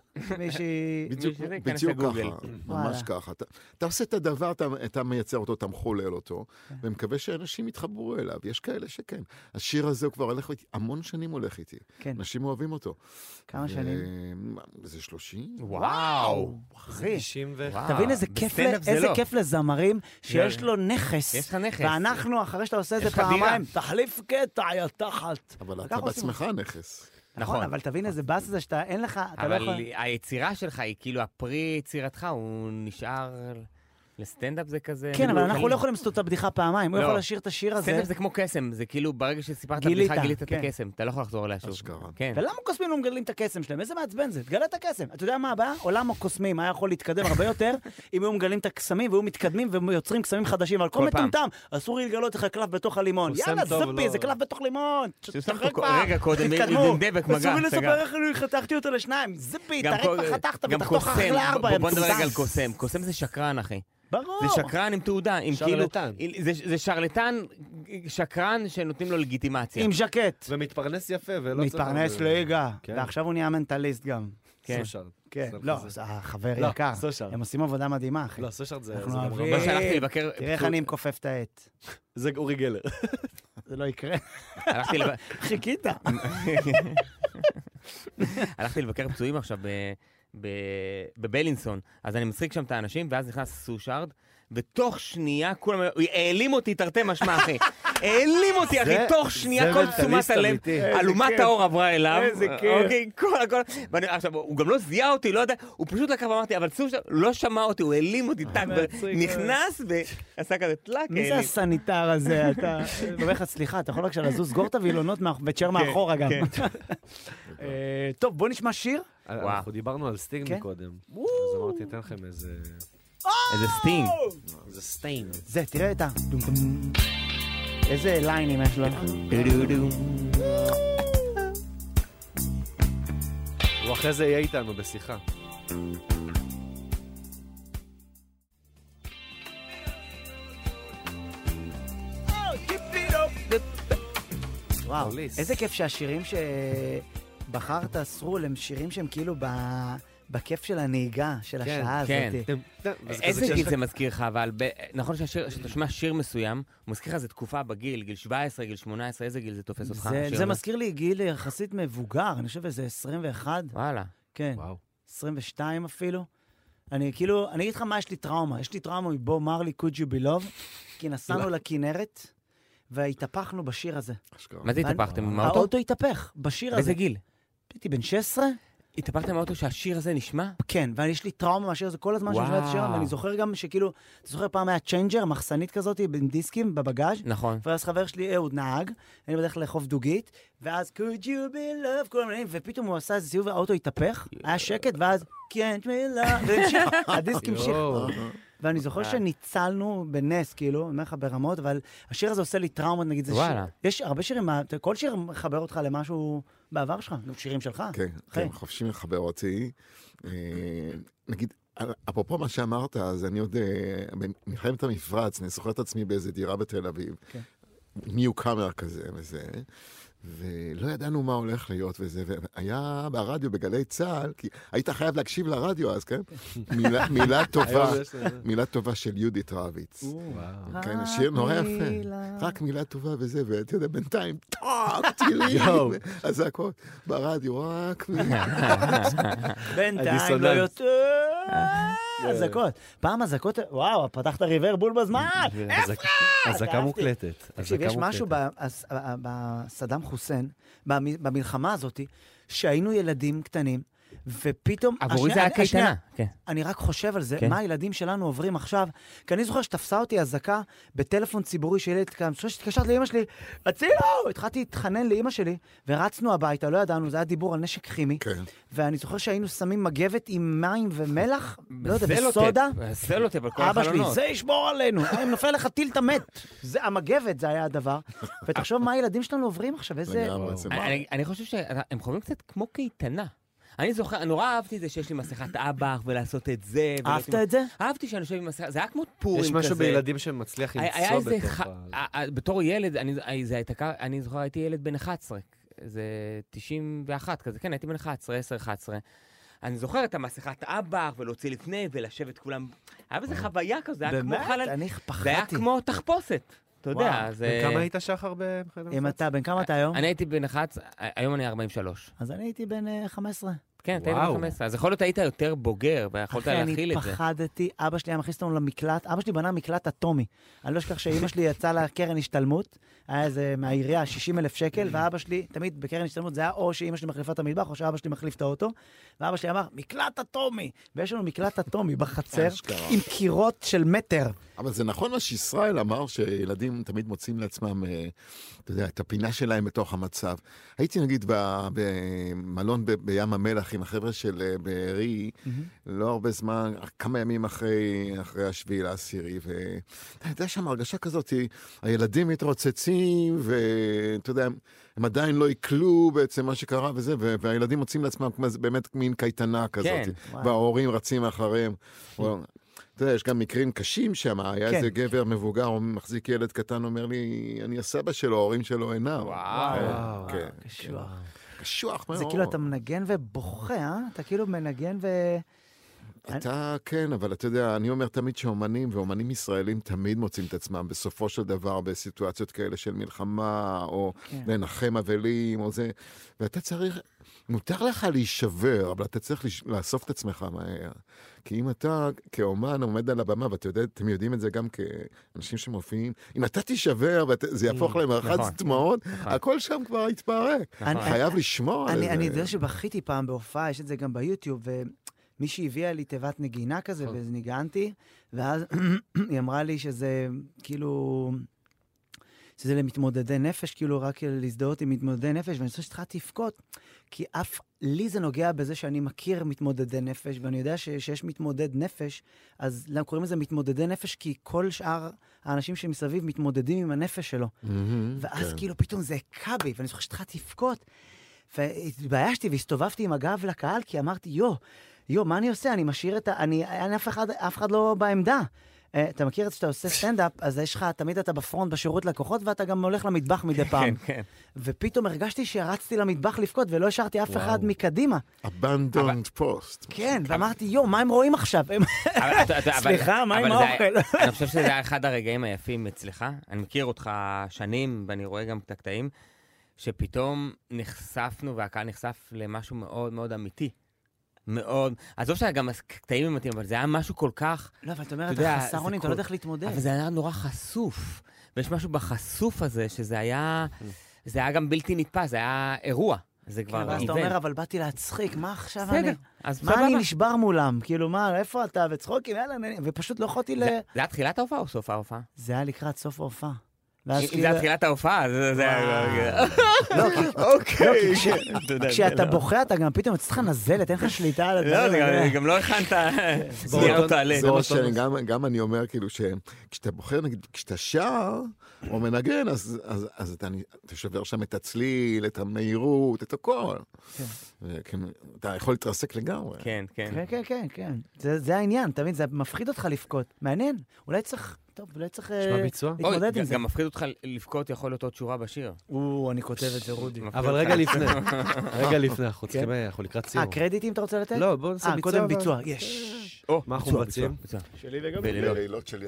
בדיוק ככה, ממש ככה. אתה עושה את הדבר, אתה מייצר אותו, אתה מחולל אותו, ומקווה שאנשים יתחברו אליו. יש כאלה שכן. השיר הזה הוא כבר הולך איתי, המון שנים הולך איתי. אנשים אוהבים אותו. כמה שנים? זה 30. וואו! אחי, תבין איזה כיף לזמרים שיש לו נכס. יש לך נכס. ואנחנו, אחרי שאתה עושה את זה פעמיים, תחליף קטע, יא תחת. אבל אתה בעצמך נכס. נכון, אבל תבין איזה בס זה שאתה, אין לך, אתה לא יכול... אבל היצירה שלך היא כאילו, הפרי יצירתך, הוא נשאר לסטנדאפ זה כזה... כן, אבל אנחנו לא יכולים לעשות את הבדיחה פעמיים, הוא יכול לשיר את השיר הזה... סטנדאפ זה כמו קסם, זה כאילו ברגע שסיפרת הבדיחה גילית את הקסם, אתה לא יכול לחזור עליה שוב. ולמה קוסמים לא מגלים את הקסם שלהם? איזה מעצבן זה? תגלה את הקסם. אתה יודע מה הבעיה? עולם הקוסמים היה יכול להתקדם הרבה יותר, אם היו מגלים את הקסמים והיו מתקדמים ויוצרים קסמים חדשים, אבל כל מטומטם, אסור לי לגלות איך קלף בתוך הלימון. יאללה, זפי, זה קלף בתוך לימון. רגע קודם, עם דבק מגע. אסור לי לספר איך אני חתכתי אותו לשניים. זפי, תרק וחתכת ותחתוך אחרי לארבע. בוא נדבר רגע על קוסם. קוסם זה שקרן, אחי. ברור. זה שקרן עם תעודה, עם שרלטן. כאילו... זה שרלטן, שקרן שנותנים לו לגיטימציה. עם ז'קט. ומתפרנס יפה ולא צריך... מתפרנס ליגה. ועכשיו הוא נהיה מנטליסט גם. סושארד. כן, לא, החבר יקר. הם עושים עבודה מדהימה, אחי. לא, סושארד זה... אנחנו אוהבים... תראה איך אני מכופף את העט. זה אורי גלר. זה לא יקרה. חיכית. הלכתי לבקר פצועים עכשיו בבלינסון, אז אני מצחיק שם את האנשים, ואז נכנס סושארד, ותוך שנייה כולם... הוא העלים אותי תרתי משמע, אחי. העלים אותי, אחי, תוך שנייה כל תשומת הלב, אלומת האור עברה אליו. איזה כיף. הכל. עכשיו, הוא גם לא זיהה אותי, לא יודע, הוא פשוט לקח ואמרתי, אבל סושארד לא שמע אותי, הוא העלים אותי, נכנס ועשה כזה טלק. מי זה הסניטר הזה? אתה... אומר לך, סליחה, אתה יכול רק לזוז, סגור את הווילונות וצ'ר מאחורה גם. טוב, בוא נשמע שיר. אנחנו דיברנו על סטינג מקודם, אז אמרתי, אתן לכם איזה סטינג. זה סטיין. זה, תראה את ה... איזה ליינים יש לו. הוא אחרי זה יהיה איתנו בשיחה. וואו, איזה כיף שהשירים שבחרת אסרו הם שירים שהם כאילו בכיף של הנהיגה, של השעה הזאת. איזה גיל זה מזכיר לך, אבל נכון שאתה שומע שיר מסוים, הוא מזכיר לך איזה תקופה בגיל, גיל 17, גיל 18, איזה גיל זה תופס אותך? זה מזכיר לי גיל יחסית מבוגר, אני חושב איזה 21. וואלה. כן, 22 אפילו. אני אגיד לך מה יש לי טראומה. יש לי טראומה מבו מרלי, Could You Be Love, כי נסענו לכנרת, והתהפכנו בשיר הזה. מה זה התהפכתם? עם האוטו? האוטו התהפך בשיר הזה. באיזה גיל? הייתי בן 16. התהפכתם מהאוטו שהשיר הזה נשמע? כן, ויש לי טראומה מהשיר הזה כל הזמן שאני שומע את השיר, ואני זוכר גם שכאילו, אתה זוכר פעם היה צ'יינג'ר, מחסנית כזאת, עם דיסקים בבגאז'. נכון. ואז חבר שלי אהוד נהג, אני בדרך לחוף דוגית, ואז Could You Be Love, כל מיני, ופתאום הוא עשה איזה סיבוב, והאוטו התהפך, היה שקט, ואז Can't We Love, והמשיך, הדיסק המשיך. ואני זוכר שניצלנו בנס, כאילו, אני אומר לך ברמות, אבל השיר הזה עושה לי טראומות, נגיד, זה שיר. יש הרבה שירים, כל שיר מחבר אותך למשהו בעבר שלך, שירים שלך. כן, חופשי מחבר אותי. נגיד, אפרופו מה שאמרת, אז אני עוד, מלחמת המפרץ, אני זוכר את עצמי באיזה דירה בתל אביב, מיוקאמר כזה וזה, ולא ידענו מה הולך להיות וזה, והיה ברדיו בגלי צהל, כי היית חייב להקשיב לרדיו אז, כן? מילה טובה של יהודית רביץ. כן, שיר נורא יפה. רק מילה טובה וזה, ואתה יודע, בינתיים, טילים, אזעקות ברדיו, רק מילה. בינתיים לא יותר. אזעקות. פעם אזעקות, וואו, פתחת ריבר בול בזמן. אזעקה מוקלטת. תקשיב, יש משהו בסדאם חוסיין, במלחמה הזאת, שהיינו ילדים קטנים, ופתאום... עבורי זה היה קייטנה. אני רק חושב על זה, מה הילדים שלנו עוברים עכשיו, כי אני זוכר שתפסה אותי הזעקה בטלפון ציבורי של ילד, אני חושב שהתקשרת לאמא שלי, הצילו! התחלתי להתחנן לאמא שלי, ורצנו הביתה, לא ידענו, זה היה דיבור על נשק כימי, ואני זוכר שהיינו שמים מגבת עם מים ומלח, לא יודע, בסודה. סלוטה בכל החלונות. אבא שלי, זה ישמור עלינו, אם נופל לך טיל תמת. המגבת, זה היה הדבר. ותחשוב מה הילדים שלנו עוברים עכשיו, איזה... אני חושב שהם חווים קצת כמו קייטנה. אני זוכר, נורא אהבתי את זה שיש לי מסכת אב"ח ולעשות את זה. אהבת את זה? אהבתי שאני יושב עם מסכת, זה היה כמו פורים כזה. יש משהו בילדים שמצליח למצוא בתוך בתור ילד, אני זוכר, הייתי ילד בן 11, זה 91 כזה, כן, הייתי בן 11, 10-11. אני זוכר את המסכת אב"ח ולהוציא לפני ולשבת כולם. היה בזה חוויה כזה, באמת? אני פחדתי. זה היה כמו תחפושת. אתה יודע, זה... כמה היית שחר בן כמה אתה היום? אני הייתי בן 11, היום אני 43. אז אני הייתי בן 15. כן, אתה היית בן 15. אז יכול להיות היית יותר בוגר, ויכולת להכיל את זה. אני פחדתי, אבא שלי היה מכניס אותנו למקלט, אבא שלי בנה מקלט אטומי. אני לא אשכח שאמא שלי יצאה לקרן השתלמות, היה איזה מהעירייה 60,000 שקל, ואבא שלי, תמיד בקרן השתלמות, זה היה או שאמא שלי מחליפה את המטבח, או שאבא שלי מחליף את האוטו, ואבא שלי אמר, מקלט אטומי! ויש לנו מקלט אטומי בחצר, עם קירות של מטר. אבל זה נכון מה שישראל אמר, שילדים תמיד מוצאים לעצמם, אתה יודע, את הפינה שלהם בתוך המצב. הייתי נגיד במלון בים המלח עם החבר'ה של בארי, לא הרבה זמן, כמה ימים אחרי 7/10, ואתה יודע שם הרגשה כזאת, הילדים מתרוצצים, ואתה יודע, הם עדיין לא יקלו בעצם מה שקרה וזה, והילדים מוצאים לעצמם באמת מין קייטנה כזאת, וההורים רצים אחריהם. אתה יודע, יש גם מקרים קשים שם, היה איזה גבר מבוגר, או מחזיק ילד קטן, אומר לי, אני הסבא שלו, ההורים שלו אינם. וואו, קשוח. קשוח מאוד. זה כאילו אתה מנגן ובוכה, אתה כאילו מנגן אתה כן, אבל אתה יודע, אני אומר תמיד שאומנים, ואומנים ישראלים תמיד מוצאים את עצמם בסופו של דבר בסיטואציות כאלה של מלחמה, או לנחם אבלים, או זה, ואתה צריך, מותר לך להישבר, אבל אתה צריך לאסוף את עצמך מהר. כי אם אתה כאומן עומד על הבמה, ואתם יודעים את זה גם כאנשים שמופיעים, אם אתה תישבר וזה יהפוך למרחץ דמעות, הכל שם כבר יתפרק. חייב לשמור על זה. אני יודע שבכיתי פעם בהופעה, יש את זה גם ביוטיוב, מישהי הביאה לי תיבת נגינה כזה, ואז ניגנתי, ואז היא אמרה לי שזה כאילו, שזה למתמודדי נפש, כאילו רק להזדהות עם מתמודדי נפש, ואני חושב שצריכה תפקות, כי לי זה נוגע בזה שאני מכיר מתמודדי נפש, ואני יודע שיש מתמודד נפש, אז למה קוראים לזה מתמודדי נפש? כי כל שאר האנשים שמסביב מתמודדים עם הנפש שלו. ואז כאילו פתאום זה הקע בי, ואני זוכר שצריכה תפקות, והתביישתי והסתובבתי עם הגב לקהל, כי אמרתי, מה אני עושה? אני משאיר את אף אחד לא בעמדה. אתה מכיר את שאתה עושה סטנדאפ, אז יש לך, תמיד אתה בפרונט בשירות לקוחות, ואתה גם הולך למטבח מדי פעם. כן. ופתאום הרגשתי שרצתי למטבח לבכות, ולא השארתי אף אחד מקדימה. abandoned post. כן, ואמרתי, מה הם רואים עכשיו? סליחה, מה עם האוכל? אני חושב שזה היה אחד הרגעים היפים אצלך. אני מכיר אותך שנים, ואני רואה גם את הקטעים, שפתאום נחשפנו, והקהל נחשף למשהו מאוד מאוד אמיתי. מאוד. עזוב שהיה גם קטעים אמיתיים, אבל זה היה משהו כל כך... לא, אבל אתה אומר, אתה חסר אונים, אתה לא יודע איך להתמודד. אבל זה היה נורא חשוף. ויש משהו בחשוף הזה, שזה היה... זה היה גם בלתי נתפס, זה היה אירוע. זה כבר איבנט. אז אתה אומר, אבל באתי להצחיק, מה עכשיו אני... מה אני נשבר מולם? כאילו, מה, איפה אתה? וצחוקים, ופשוט לא יכולתי זה היה תחילת ההופעה או סוף ההופעה? זה היה לקראת סוף ההופעה. זה התחילת ההופעה, זה... אוקיי. כשאתה בוכה, אתה גם פתאום צריך נזלת, אין לך שליטה על הדבר. לא, גם לא הכנת... זה מה שגם אני אומר, כאילו, כשאתה בוחר, נגיד, כשאתה שר או מנגן, אז אתה שובר שם את הצליל, את המהירות, את הכל. אתה יכול להתרסק לגמרי. כן, כן. כן. זה העניין, תמיד, זה מפחיד אותך לבכות. מעניין, אולי צריך... טוב, אולי צריך להתמודד עם זה. גם מפחיד אותך לבכות, יכול להיות עוד שורה בשיר. אני כותב את זה, רודי. אבל רגע לפני, אנחנו צריכים, אנחנו לקראת סיום. קרדיטים אתה רוצה לתת? לא, בוא נעשה ביצוע. קודם ביצוע, יש. מה אנחנו מבצעים? שלי וגם בלילות שלי.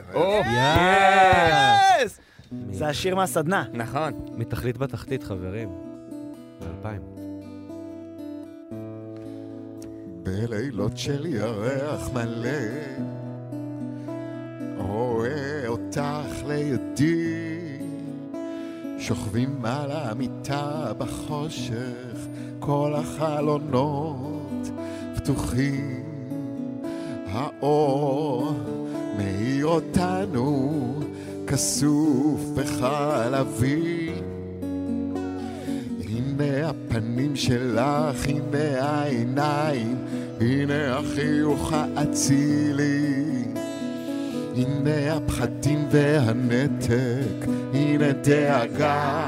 יס! זה השיר מהסדנה. נכון. מתכלית בתחתית, חברים. ב-2000. בלילות של ירח מלא רואה אותך לידי, שוכבים על המיטה בחושך, כל החלונות פתוחים, האור מאיר אותנו כסוף וחלבי. הנה הפנים שלך, הנה העיניים, הנה החיוך האצילי, הנה הפחדים והנתק, הנה דאגה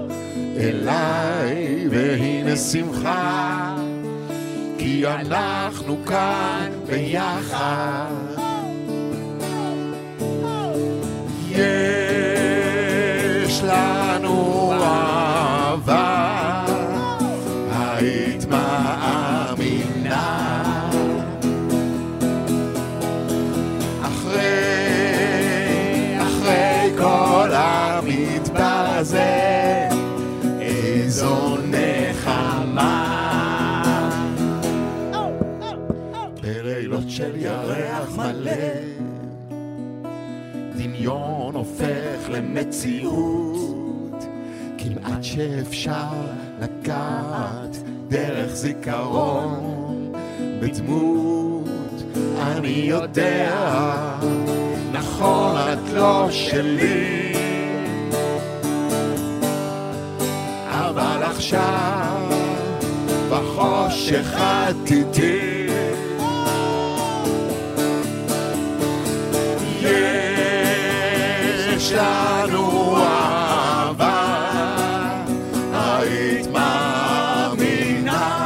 אליי, והנה שמחה, כי אנחנו כאן ביחד. יש לנו אהבה, היית מאמינה, אחרי כל המדבר הזה, איזו נחמה. בלילות של ירח מלא, דמיון הופך למציאות, כמעט שאפשר לגעת דרך זיכרון בדמות. אני יודע, נכון את לא שלי, אבל עכשיו בחושך את איתי. יש לנו אהבה, היית מאמינה,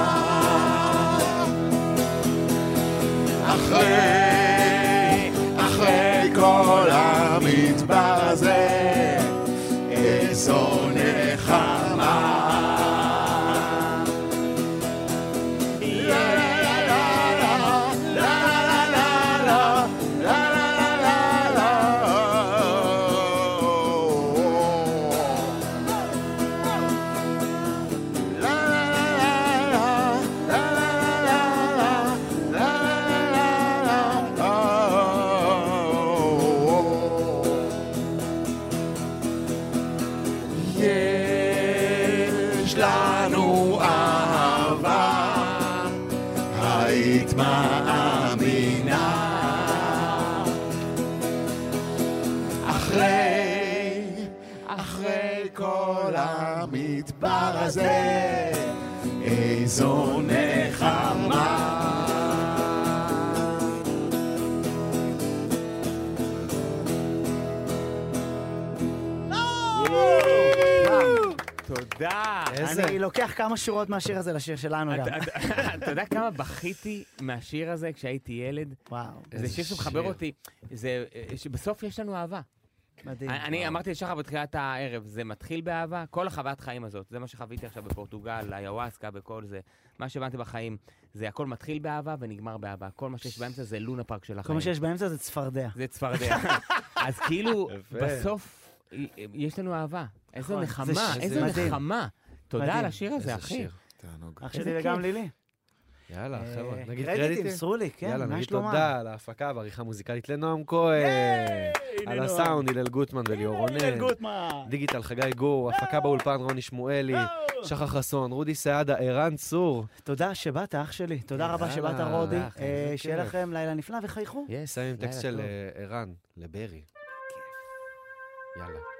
אחרי כל המדבר הזה, איזו נחמה. יש לנו אהבה, היית מאמינה, אחרי כל המדבר הזה, איזו נחמה. תודה. אני לוקח כמה שורות מהשיר הזה לשיר שלנו גם. אתה יודע כמה בכיתי מהשיר הזה כשהייתי ילד? וואו. זה שיר שמחבר אותי. בסוף יש לנו אהבה. מדהים. אני אמרתי לשחר בתחילת הערב, זה מתחיל באהבה, כל החוויית חיים הזאת, זה מה שחוויתי עכשיו בפורטוגל, היוואסקה בכל זה, מה שהבנתי בחיים, זה הכל מתחיל באהבה ונגמר באהבה, כל מה שיש באמצע זה לונה פארק של החיים. כל מה שיש באמצע זה צפרדע. זה צפרדע. אז כאילו, בסוף יש לנו אהבה. איזו נחמה, איזו נחמה. תודה על השיר הזה, אחי. אח שלי וגם לילי. יאללה, חבר'ה, נגיד קרדיטים, סרו לי, כן, יאללה, נגיד תודה על ההפקה ועריכה מוזיקלית לנועם כהן, על הסאונד, הלל גוטמן וליאור רונן, דיגיטל חגי גור, הפקה באולפן רוני שמואלי, שחר חסון, רודי סעדה, ערן צור. תודה שבאת, אח שלי, תודה רבה שבאת רודי, שיהיה לכם לילה נפלא וחייכו. סיים עם טקסט של ערן לברי. יאללה.